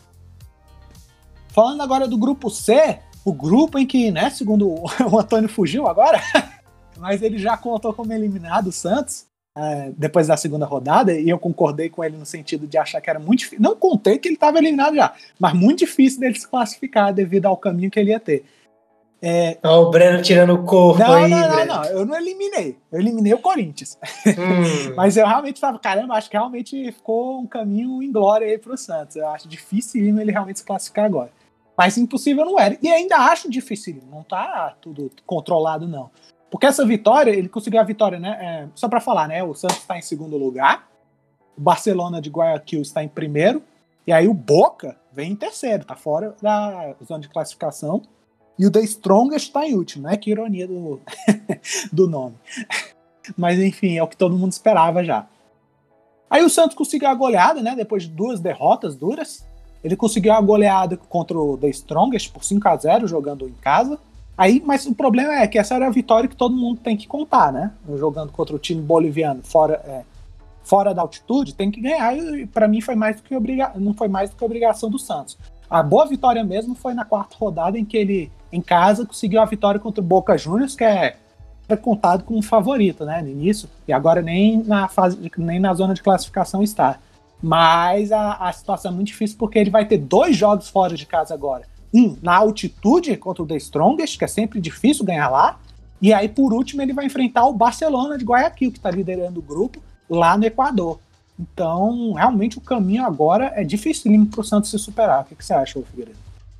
Falando agora do grupo C, o grupo em que, né, segundo o Antônio fugiu agora, mas ele já contou como eliminado o Santos, é, depois da segunda rodada, e eu concordei com ele no sentido de achar que era muito difícil. Não contei que ele estava eliminado já, mas muito difícil dele se classificar devido ao caminho que ele ia ter. É... Olha o Breno tirando o corpo não, aí, não, não, Breno. não, eu não eliminei. Eu eliminei o Corinthians. Hum. Mas eu realmente estava, caramba, acho que realmente ficou um caminho inglório aí pro Santos. Eu acho difícil ele realmente se classificar agora. Mas impossível não era. E ainda acho difícil, não tá tudo controlado, não. Porque essa vitória, ele conseguiu a vitória, né? É, só para falar, né? O Santos está em segundo lugar, o Barcelona de Guayaquil está em primeiro, e aí o Boca vem em terceiro, tá fora da zona de classificação. E o The Strongest está em último, né? Que ironia do, do nome. Mas enfim, é o que todo mundo esperava já. Aí o Santos conseguiu a goleada, né? Depois de duas derrotas duras. Ele conseguiu a goleada contra o The Strongest por cinco a zero, jogando em casa. Aí, mas o problema é que essa era a vitória que todo mundo tem que contar, né? Jogando contra o time boliviano fora, é, fora da altitude, tem que ganhar. E para mim foi mais do que obriga... não foi mais do que obrigação do Santos. A boa vitória mesmo foi na quarta rodada, em que ele, em casa, conseguiu a vitória contra o Boca Juniors, que é contado como favorito, né, no início, e agora nem na, fase, nem na zona de classificação está. Mas a, a situação é muito difícil, porque ele vai ter dois jogos fora de casa agora. Um, na altitude, contra o The Strongest, que é sempre difícil ganhar lá, e aí, por último, ele vai enfrentar o Barcelona de Guayaquil, que está liderando o grupo, lá no Equador. Então, realmente, o caminho agora é dificílimo para o Santos se superar. O que, que você acha, Figueiredo?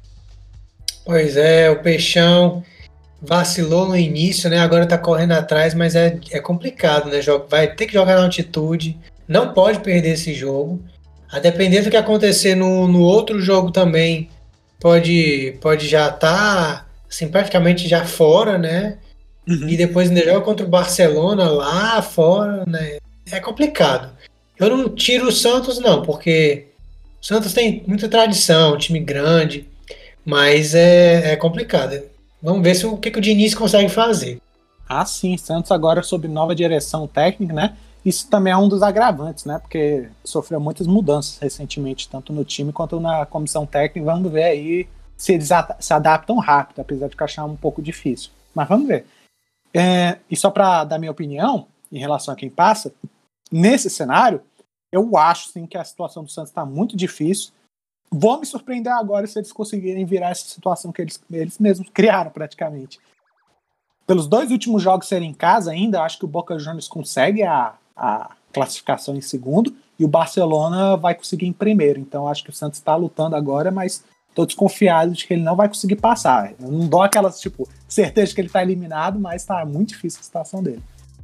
Pois é, o Peixão vacilou no início, né? Agora tá correndo atrás, mas é, é complicado, né? Vai ter que jogar na altitude, não pode perder esse jogo. A depender do que acontecer no, no outro jogo também, pode, pode já estar tá, assim, praticamente já fora, né? Uhum. E depois ainda joga contra o Barcelona lá fora, né? É complicado. Eu não tiro o Santos, não, porque o Santos tem muita tradição, um time grande, mas é, é complicado. Vamos ver se, o que, que o Diniz consegue fazer. Ah, sim, Santos agora sob nova direção técnica, né? Isso também é um dos agravantes, né? Porque sofreu muitas mudanças recentemente, tanto no time quanto na comissão técnica. Vamos ver aí se eles se adaptam rápido, apesar de achar um pouco difícil. Mas vamos ver. É, e só para dar minha opinião em relação a quem passa, nesse cenário, eu acho sim que a situação do Santos está muito difícil. Vou me surpreender agora se eles conseguirem virar essa situação que eles, eles mesmos criaram praticamente. Pelos dois últimos jogos serem em casa ainda, acho que o Boca Juniors consegue a, a classificação em segundo e o Barcelona vai conseguir em primeiro. Então acho que o Santos está lutando agora, mas estou desconfiado de que ele não vai conseguir passar. Eu não dou aquelas, tipo, certeza de que ele está eliminado, mas está muito difícil a situação dele.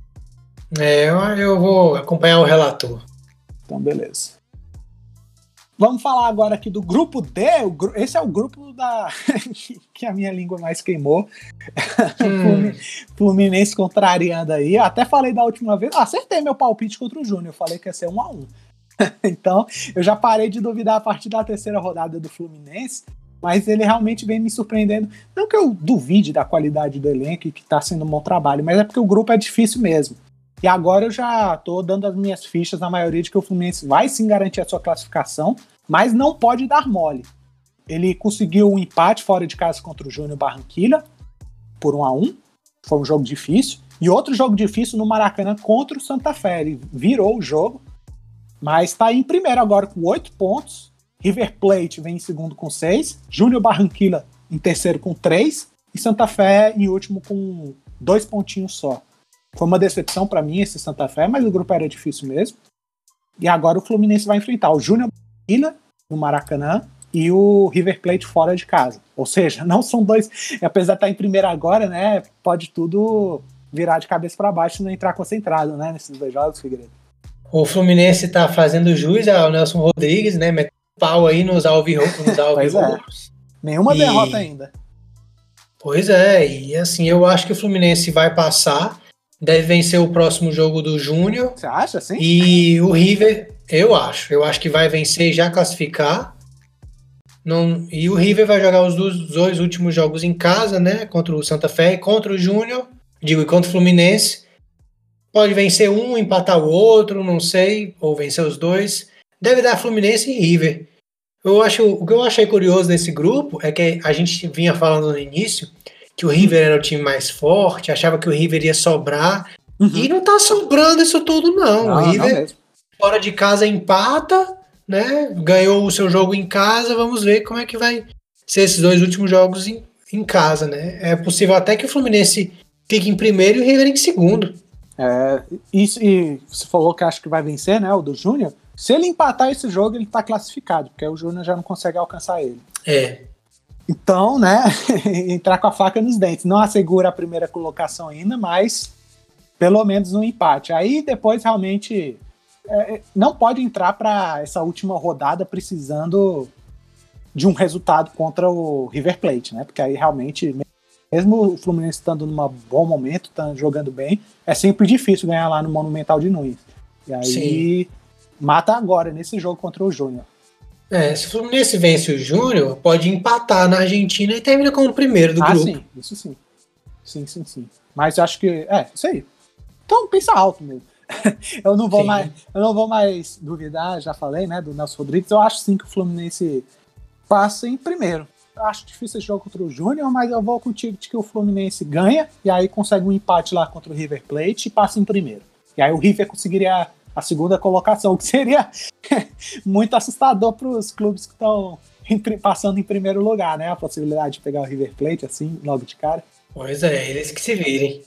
É, eu, eu vou acompanhar o relator. Então, beleza. Vamos falar agora aqui do grupo D. O gru... Esse é o grupo da que a minha língua mais queimou. Hum. Fluminense contrariando aí. Eu até falei da última vez. Ah, acertei meu palpite contra o Júnior. Eu falei que ia ser um a um. Então, eu já parei de duvidar a partir da terceira rodada do Fluminense. Mas ele realmente vem me surpreendendo. Não que eu duvide da qualidade do elenco e que está sendo um bom trabalho, mas é porque o grupo é difícil mesmo. E agora eu já estou dando as minhas fichas na maioria de que o Fluminense vai sim garantir a sua classificação, mas não pode dar mole. Ele conseguiu um empate fora de casa contra o Júnior Barranquilla, por um a um. Foi um jogo difícil. E outro jogo difícil no Maracanã contra o Santa Fé. Ele virou o jogo, mas está em primeiro agora com oito pontos. River Plate vem em segundo com seis. Júnior Barranquilla em terceiro com três. E Santa Fé em último com dois pontinhos só. Foi uma decepção para mim esse Santa Fé, mas o grupo era difícil mesmo. E agora o Fluminense vai enfrentar o Júnior Barranquilla no Maracanã e o River Plate fora de casa. Ou seja, não são dois... Apesar de estar em primeiro agora, né, pode tudo virar de cabeça para baixo e não entrar concentrado, né, nesses dois jogos, Figueiredo. O Fluminense está fazendo jus ao Nelson Rodrigues, né, pau aí nos alvirrubos. Nos Pois é. Nenhuma E- derrota ainda. Pois é, e assim, eu acho que o Fluminense vai passar, deve vencer o próximo jogo do Júnior, Você acha, assim? e o River, eu acho, eu acho que vai vencer e já classificar. Não, e o River vai jogar os dois, os dois últimos jogos em casa, né? Contra o Santa Fé e contra o Júnior, digo, e contra o Fluminense. Pode vencer um, empatar o outro, não sei, ou vencer os dois. Deve dar Fluminense e River. Eu acho, o que eu achei curioso nesse grupo é que a gente vinha falando no início que o River era o time mais forte, achava que o River ia sobrar. Uhum. E não tá sobrando isso tudo, não. Não, o não River, mesmo. fora de casa, empata, né? Ganhou o seu jogo em casa. Vamos ver como é que vai ser esses dois últimos jogos em, em casa, né? É possível até que o Fluminense fique em primeiro e o River em segundo. É, isso, e você falou que acha que vai vencer, né? O do Júnior. Se ele empatar esse jogo, ele tá classificado, porque aí o Júnior já não consegue alcançar ele. É. Então, né? Entrar com a faca nos dentes. Não assegura a primeira colocação ainda, mas pelo menos um empate. Aí depois realmente é, não pode entrar para essa última rodada precisando de um resultado contra o River Plate, né? Porque aí realmente, mesmo o Fluminense estando num bom momento, estando jogando bem, é sempre difícil ganhar lá no Monumental de Nunes. E aí Sim. mata agora nesse jogo contra o Júnior. É, se o Fluminense vence o Júnior, pode empatar na Argentina e termina como o primeiro do ah, grupo. sim, isso sim. Sim, sim, sim. Mas eu acho que. É, isso aí. Então pensa alto mesmo. eu, não vou Sim. mais, eu não vou mais duvidar, já falei, né, do Nelson Rodrigues. Eu acho sim que o Fluminense passa em primeiro. Eu acho difícil esse jogo contra o Júnior, mas eu vou contigo de que o Fluminense ganha e aí consegue um empate lá contra o River Plate e passa em primeiro. E aí o River conseguiria a segunda colocação, que seria muito assustador para os clubes que estão passando em primeiro lugar, né? A possibilidade de pegar o River Plate assim, logo de cara. Pois é, eles que se virem.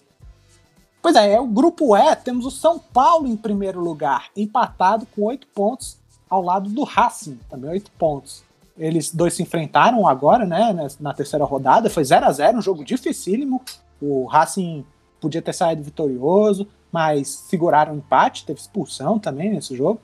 Pois é, é o grupo E, temos o São Paulo em primeiro lugar, empatado com oito pontos ao lado do Racing, também oito pontos. Eles dois se enfrentaram agora, né, na terceira rodada, foi zero a zero, um jogo dificílimo. O Racing podia ter saído vitorioso, mas seguraram o empate, teve expulsão também nesse jogo.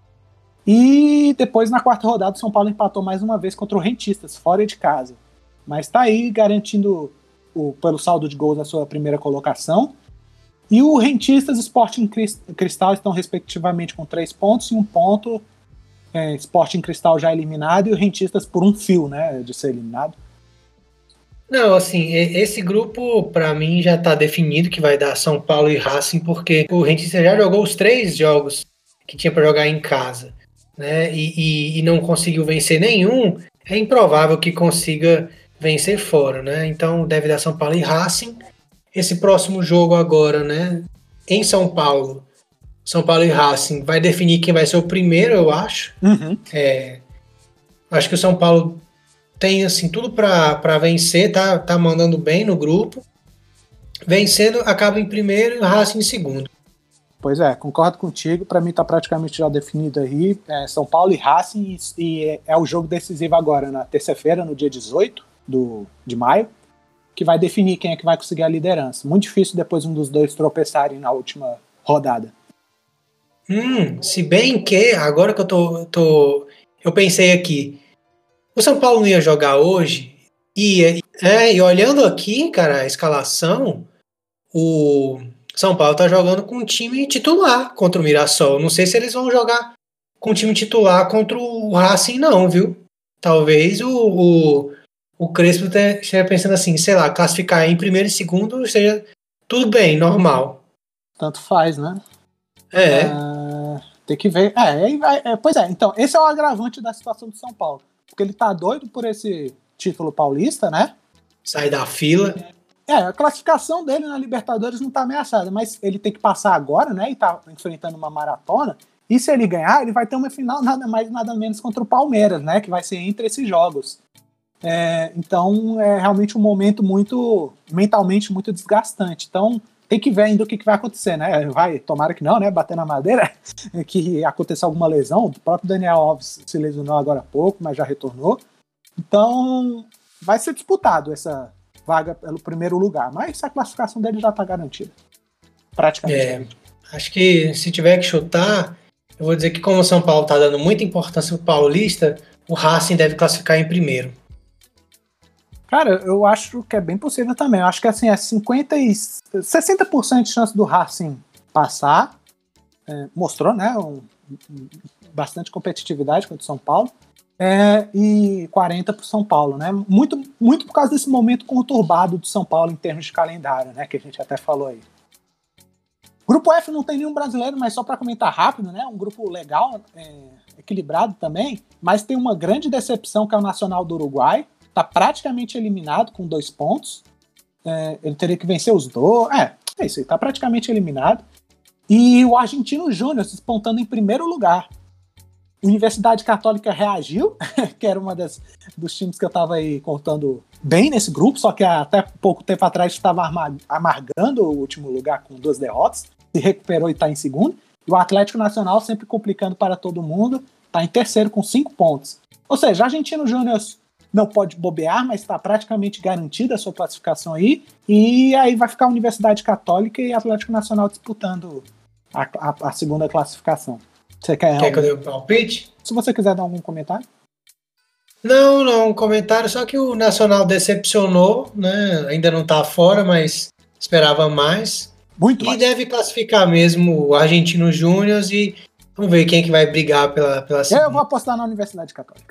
E depois, na quarta rodada, o São Paulo empatou mais uma vez contra o Rentistas, fora de casa. Mas está aí garantindo, o, pelo saldo de gols, a sua primeira colocação. E o Rentistas e Sporting Cristal estão respectivamente com três pontos e um ponto. É, Sporting Cristal já eliminado e o Rentistas por um fio, né, de ser eliminado. Não, assim, esse grupo, pra mim, já tá definido que vai dar São Paulo e Racing, porque o Rentistas já jogou os três jogos que tinha pra jogar em casa, né, e, e, e não conseguiu vencer nenhum. É improvável que consiga vencer fora, né, então deve dar São Paulo e Racing. Esse próximo jogo agora, né, em São Paulo, São Paulo e Racing, vai definir quem vai ser o primeiro, eu acho. Uhum. É, acho que o São Paulo tem assim, tudo para vencer, tá, tá mandando bem no grupo. Vencendo, acaba em primeiro e o Racing em segundo. Pois é, concordo contigo. Para mim tá praticamente já definido aí. É São Paulo e Racing, e é, é o jogo decisivo agora, na terça-feira, no dia dezoito do, de maio, que vai definir quem é que vai conseguir a liderança. Muito difícil depois um dos dois tropeçarem na última rodada. Hum, se bem que, agora que eu tô, tô. Eu pensei aqui, o São Paulo não ia jogar hoje, ia. É, e olhando aqui, cara, a escalação, o São Paulo tá jogando com um time titular contra o Mirassol. Não sei se eles vão jogar com o time titular contra o Racing, não, viu? Talvez o, o, o Crespo esteja pensando assim, sei lá, classificar em primeiro e segundo, seja tudo bem, normal. Tanto faz, né? É. Uh, tem que ver. É, é, é, pois é, então, esse é o agravante da situação do São Paulo. Porque ele tá doido por esse título paulista, né? Sai da fila. É, a classificação dele na Libertadores não tá ameaçada, mas ele tem que passar agora, né? E tá enfrentando uma maratona. E se ele ganhar, ele vai ter uma final nada mais nada menos contra o Palmeiras, né? Que vai ser entre esses jogos. É, então, é realmente um momento muito, mentalmente muito desgastante. Então, tem que ver ainda o que, que vai acontecer, né? Vai, tomara que não, né? Bater na madeira, que aconteça alguma lesão. O próprio Daniel Alves se lesionou agora há pouco, mas já retornou. Então, vai ser disputado essa vaga pelo primeiro lugar. Mas a classificação dele já está garantida. Praticamente. É, acho que se tiver que chutar, eu vou dizer que como o São Paulo está dando muita importância pro Paulista, o Racing deve classificar em primeiro. Cara, eu acho que é bem possível também. Eu acho que assim, é cinquenta e sessenta por cento de chance do Racing passar. É, mostrou, né? Um, um, bastante competitividade contra o São Paulo. É, e quarenta para o São Paulo, né? Muito, muito por causa desse momento conturbado do São Paulo em termos de calendário, né? Que a gente até falou aí. Grupo F não tem nenhum brasileiro, mas só para comentar rápido, né? Um grupo legal, é, equilibrado também, mas tem uma grande decepção que é o Nacional do Uruguai. Está praticamente eliminado com dois pontos. É, ele teria que vencer os dois. É, é isso aí, está praticamente eliminado. E o Argentino Júnior despontando em primeiro lugar. Universidade Católica reagiu, que era uma das, dos times que eu estava aí contando bem nesse grupo, só que até pouco tempo atrás estava amargando o último lugar com duas derrotas, se recuperou e está em segundo. E o Atlético Nacional, sempre complicando para todo mundo, está em terceiro com cinco pontos. Ou seja, o Argentino Júnior não pode bobear, mas está praticamente garantida a sua classificação aí. E aí vai ficar a Universidade Católica e Atlético Nacional disputando a, a, a segunda classificação. Você quer, quer que eu dê um palpite? Se você quiser dar algum comentário. Não, não, um comentário, só que o Nacional decepcionou, né? Ainda não está fora, mas esperava mais. Muito e mais. Deve classificar mesmo o Argentino Júnior e vamos ver quem que vai brigar pela, pela segunda. Eu vou apostar na Universidade Católica.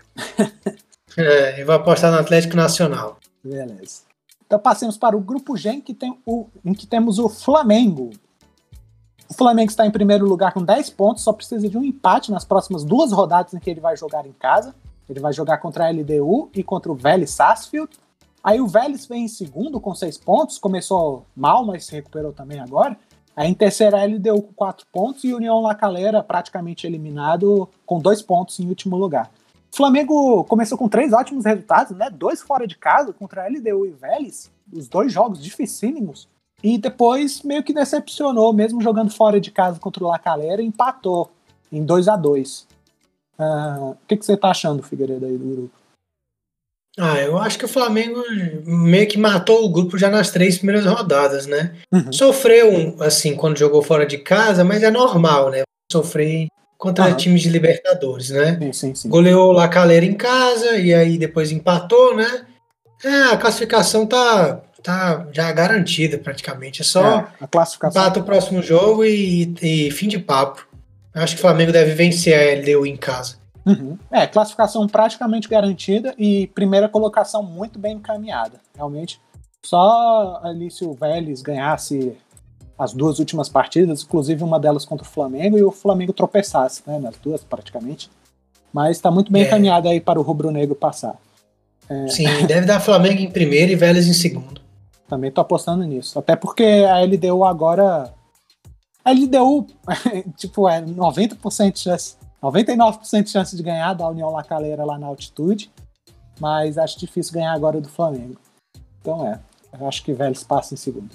É, eu vou apostar no Atlético Nacional. Beleza. Então passemos para o grupo G, em que, tem o, em que temos o Flamengo. O Flamengo está em primeiro lugar com dez pontos, só precisa de um empate nas próximas duas rodadas em que ele vai jogar em casa. Ele vai jogar contra a L D U e contra o Vélez Sarsfield. Aí o Vélez vem em segundo com seis pontos, começou mal, mas se recuperou também agora. Aí em terceiro a L D U com quatro pontos e o União La Calera praticamente eliminado com dois pontos em último lugar. O Flamengo começou com três ótimos resultados, né? Dois fora de casa contra a L D U e Vélez, os dois jogos dificílimos. E depois meio que decepcionou, mesmo jogando fora de casa contra o La Calera, empatou em dois a dois. Uh, o que, que você tá achando, Figueiredo, aí do grupo? Ah, eu acho que o Flamengo meio que matou o grupo já nas três primeiras rodadas, né? Uhum. Sofreu, assim, quando jogou fora de casa, mas é normal, né? Sofrer contra uhum. times de Libertadores, né? Sim, sim, sim. Goleou o La Calera em casa e aí depois empatou, né? É, a classificação tá, tá já garantida praticamente. É só é, a classificação empata o próximo jogo e, e fim de papo. Eu acho que o Flamengo deve vencer a L D U em casa. Uhum. É, classificação praticamente garantida e primeira colocação muito bem encaminhada. Realmente, só ali se o Vélez ganhasse as duas últimas partidas, inclusive uma delas contra o Flamengo, e o Flamengo tropeçasse, né, nas duas praticamente. Mas está muito bem é. encaminhada aí para o rubro-negro passar. É... Sim, deve dar Flamengo em primeiro e Vélez em segundo. Também tô apostando nisso. Até porque a L D U agora... A L D U, tipo, é noventa por cento de chance, noventa e nove por cento de chance de ganhar da União La Calera lá na altitude, mas acho difícil ganhar agora do Flamengo. Então é, eu acho que Vélez passa em segundo.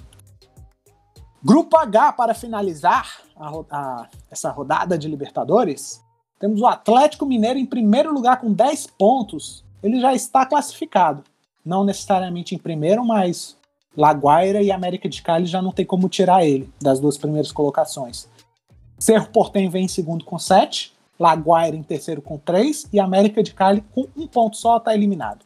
Grupo H, para finalizar a, a, essa rodada de Libertadores, temos o Atlético Mineiro em primeiro lugar com dez pontos. Ele já está classificado. Não necessariamente em primeiro, mas La Guaira e América de Cali já não tem como tirar ele das duas primeiras colocações. Cerro Porteño vem em segundo com sete, La Guaira em terceiro com três e América de Cali com um ponto só está eliminado.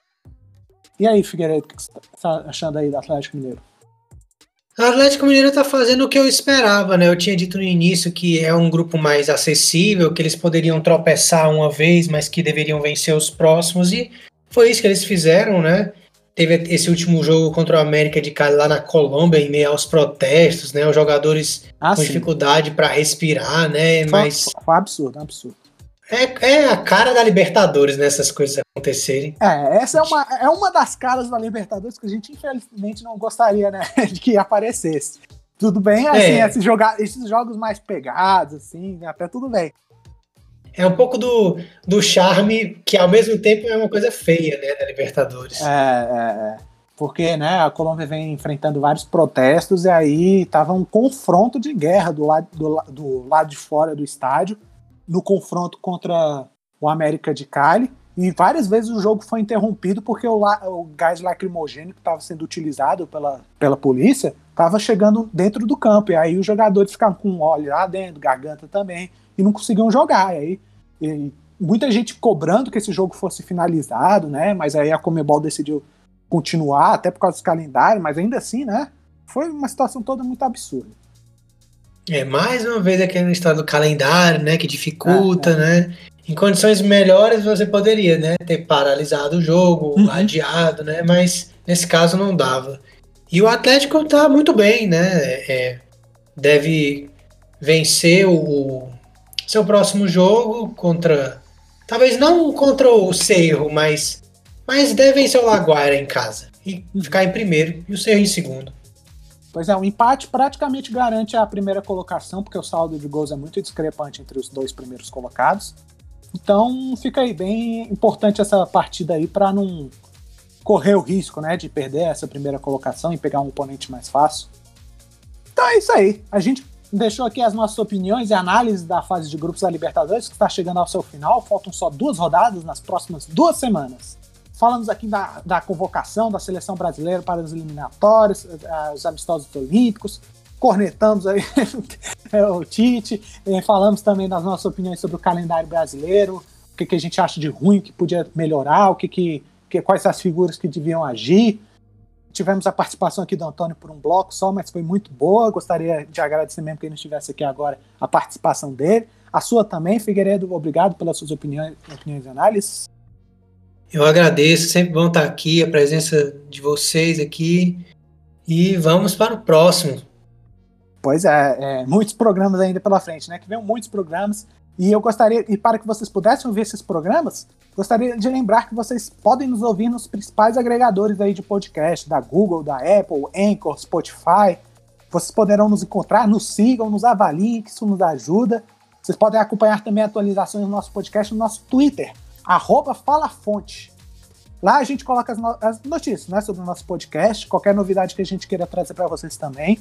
E aí, Figueiredo, o que você está achando aí do Atlético Mineiro? O Atlético Mineiro está fazendo o que eu esperava, né? Eu tinha dito no início que é um grupo mais acessível, que eles poderiam tropeçar uma vez, mas que deveriam vencer os próximos, e foi isso que eles fizeram, né? Teve esse último jogo contra o América de Cali lá na Colômbia, em meio aos protestos, né? Os jogadores ah, com sim. dificuldade para respirar, né? Foi, Mas foi absurdo, absurdo. É, é a cara da Libertadores, né? Essas coisas acontecerem. É, essa é uma, é uma das caras da Libertadores que a gente, infelizmente, não gostaria, né? De que aparecesse. Tudo bem, assim, é. esses, joga- esses jogos mais pegados, assim, até tudo bem. É um pouco do, do charme, que ao mesmo tempo é uma coisa feia, né, da Libertadores. É, é, é. Porque, né, a Colômbia vem enfrentando vários protestos e aí tava um confronto de guerra do lado, do, do lado de fora do estádio, no confronto contra o América de Cali, e várias vezes o jogo foi interrompido porque o, la, o gás lacrimogêneo que estava sendo utilizado pela, pela polícia estava chegando dentro do campo, e aí os jogadores ficavam com óleo lá dentro, garganta também, e não conseguiam jogar, e aí e muita gente cobrando que esse jogo fosse finalizado, né? Mas aí a Conmebol decidiu continuar, até por causa do calendário, mas ainda assim, né? Foi uma situação toda muito absurda. É, mais uma vez aquele estado do calendário, né? Que dificulta, é, é. né? Em condições melhores você poderia, né? Ter paralisado o jogo, Uhum. adiado, né? Mas nesse caso não dava. E o Atlético tá muito bem, né? É, deve vencer o seu próximo jogo contra... Talvez não contra o Cerro, mas, mas deve vencer o Laguaira em casa. E ficar em primeiro e o Cerro em segundo. Pois é, o empate praticamente garante a primeira colocação, porque o saldo de gols é muito discrepante entre os dois primeiros colocados. Então fica aí bem importante essa partida aí para não correr o risco, né, de perder essa primeira colocação e pegar um oponente mais fácil. Então é isso aí. A gente deixou aqui as nossas opiniões e análises da fase de grupos da Libertadores, que está chegando ao seu final. Faltam só duas rodadas nas próximas duas semanas. Falamos aqui da, da convocação da seleção brasileira para os eliminatórios, os amistosos olímpicos, cornetamos aí o Tite, falamos também das nossas opiniões sobre o calendário brasileiro, o que, que a gente acha de ruim, o que podia melhorar, o que que, que, quais as figuras que deviam agir. Tivemos a participação aqui do Antônio por um bloco só, mas foi muito boa. Gostaria de agradecer mesmo que ele estivesse aqui agora, a participação dele. A sua também, Figueiredo, obrigado pelas suas opiniões, opiniões e análises. Eu agradeço, sempre bom estar aqui, a presença de vocês aqui. E vamos para o próximo. Pois é, é, muitos programas ainda pela frente, né? Que vem muitos programas. E eu gostaria, e para que vocês pudessem ouvir esses programas, gostaria de lembrar que vocês podem nos ouvir nos principais agregadores aí de podcast, da Google, da Apple, Anchor, Spotify. Vocês poderão nos encontrar, nos sigam, nos avaliem, que isso nos ajuda. Vocês podem acompanhar também atualizações do nosso podcast no nosso Twitter, arroba FalaFonte. Lá a gente coloca as, no- as notícias, né, sobre o nosso podcast, qualquer novidade que a gente queira trazer para vocês também.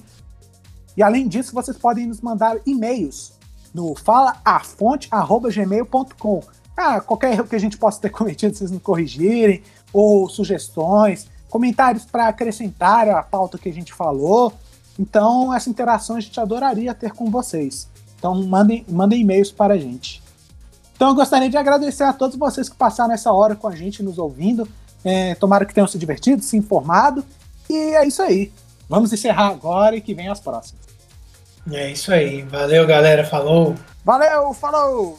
E além disso, vocês podem nos mandar e-mails no falafonte arroba gmail ponto com. Ah, qualquer erro que a gente possa ter cometido, vocês nos corrigirem, ou sugestões, comentários para acrescentar a pauta que a gente falou. Então, essa interação a gente adoraria ter com vocês. Então, mandem, mandem e-mails para a gente. Então, eu gostaria de agradecer a todos vocês que passaram essa hora com a gente, nos ouvindo. É, tomara que tenham se divertido, se informado. E é isso aí. Vamos encerrar agora e que venham as próximas. É isso aí. Valeu, galera. Falou. Valeu, falou!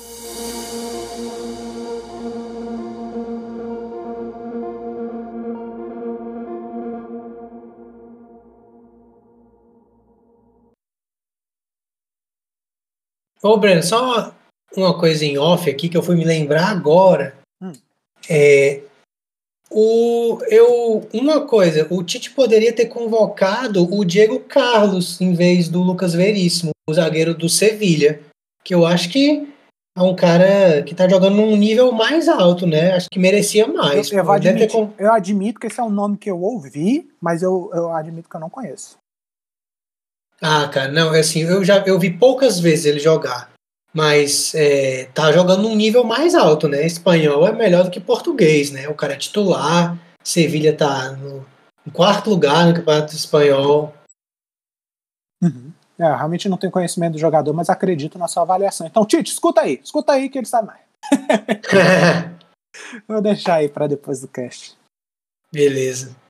Ô, Breno, só uma coisa em off aqui que eu fui me lembrar agora. Hum. É, o, eu, uma coisa, o Tite poderia ter convocado o Diego Carlos em vez do Lucas Veríssimo, o zagueiro do Sevilha, que eu acho que é um cara que tá jogando num nível mais alto, né? Acho que merecia mais. Eu, eu, Pô, deve ter admitir, con- eu admito que esse é um nome que eu ouvi, mas eu, eu admito que eu não conheço. Ah, cara, não, é assim, eu já eu vi poucas vezes ele jogar, mas é, tá jogando num nível mais alto, né? Espanhol é melhor do que português, né? O cara é titular, Sevilha tá no, no quarto lugar no Campeonato Espanhol. Uhum. É, eu realmente não tenho conhecimento do jogador, mas acredito na sua avaliação. Então, Tite, escuta aí, escuta aí que ele sabe mais. Vou deixar aí para depois do cast. Beleza.